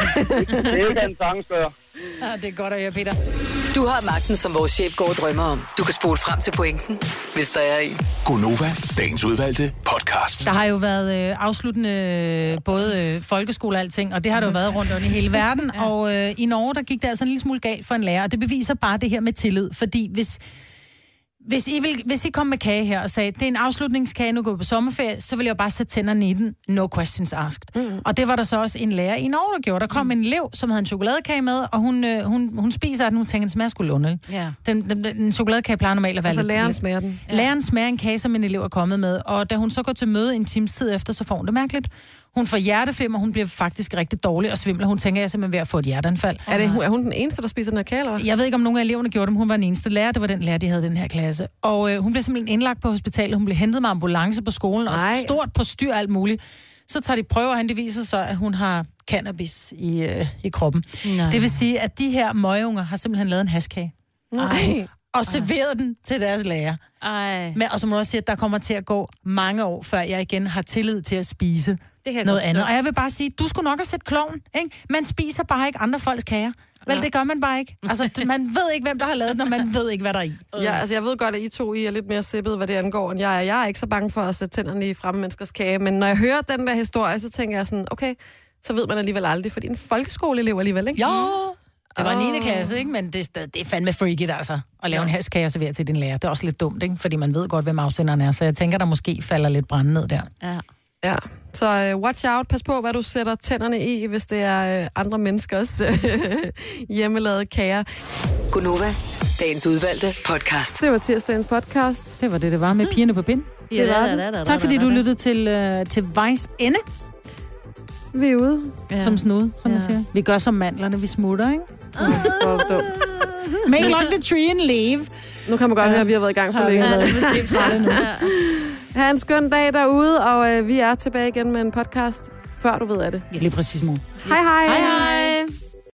Det kan en sagtens gøre. Ja, det er godt at høre, Peter. Du har magten, som vores chef går og drømmer om. Du kan spole frem til pointen, hvis der er en. Gonova, dagens udvalgte podcast. Der har jo været øh, afsluttende øh, både øh, folkeskole og alting, og det har der jo været rundt om i hele verden. Ja. Og øh, i Norge, der gik det altså en lille smule galt for en lærer, og det beviser bare det her med tillid. Fordi hvis, hvis, I, vil, hvis I kom med kage her og sagde, det er en afslutningskage, nu går vi på sommerferie, så vil jeg bare sætte tænderne i den. No questions asked. Mm. Og det var der så også en lærer i Norge, der gjorde. Der kom mm. en elev, som havde en chokoladekage med, og hun, øh, hun, hun spiser den, hun tænker, den smager sgu lunde. Ja. Den, den, den chokoladekage plejer normalt at være Altså lidt... læreren smager den. Ja. Læreren smager en kage, som en elev er kommet med, og da hun så går til møde en times tid efter, så får hun det mærkeligt. Hun får hjerteflimmer, hun bliver faktisk rigtig dårlig og svimler. Hun tænker, jeg er simpelthen ved at få et hjerteanfald. Er, det, er hun den eneste, der spiser den her kage, eller hvad? Jeg ved ikke, om nogen af eleverne gjorde det, men hun var den eneste lærer. Det var den lærer, de havde i den her klasse. Og øh, hun blev simpelthen indlagt på hospitalet. Hun blev hentet med ambulance på skolen, Ej. og stort på styr alt muligt. Så tager de prøver, og det viser så, at hun har cannabis i, øh, i kroppen. Nej. Det vil sige, at de her møgunger har simpelthen lavet en hashkage. Nej. Og serveret den til deres lærer. Ej. Men, og så må du også sige, at der kommer til at gå mange år, før jeg igen har tillid til at spise noget andet. Og jeg vil bare sige, du skulle nok have set klovn, ikke? Man spiser bare ikke andre folks kager. Vel, det gør man bare ikke. Altså, man ved ikke, hvem der har lavet den, og man ved ikke, hvad der er i. Ja, altså jeg ved godt, at I to I er lidt mere sippet, hvad det angår, end jeg er. Jeg er ikke så bange for at sætte tænderne i fremme menneskers kage, men når jeg hører den der historie, så tænker jeg sådan, okay, så ved man alligevel aldrig, fordi en folkeskoleelev alligevel, ikke? Ja, det var niende klasse, ikke? Men det, det er fandme freaky, altså, at lave ja. en hashkage og servere til din lærer. Det er også lidt dumt, ikke? Fordi man ved godt, hvem afsenderen er, så jeg tænker, der måske falder lidt brænde ned der. Ja. Ja, så uh, watch out. Pas på, hvad du sætter tænderne i, hvis det er uh, andre menneskers uh, hjemmelavede kager. Gonova, dagens udvalgte podcast. Det var tirsdagens podcast. Det var det, det var med pigerne på pind. Det var det. Tak fordi du lyttede til, uh, til Vejs Ende. Vi er ude. Ja. Som snude, som ja. man siger. Vi gør som mandlerne, vi smutter, ikke? Hvor dumt. Make like the tree and leave. Nu kan man godt ja. høre, at vi har været i gang for ja, længe. Ja, det er helt træt nu. Ha' en skøn dag derude, og øh, vi er tilbage igen med en podcast, før du ved af det. Ja, lige præcis, mor. Hej hej. Hej hej.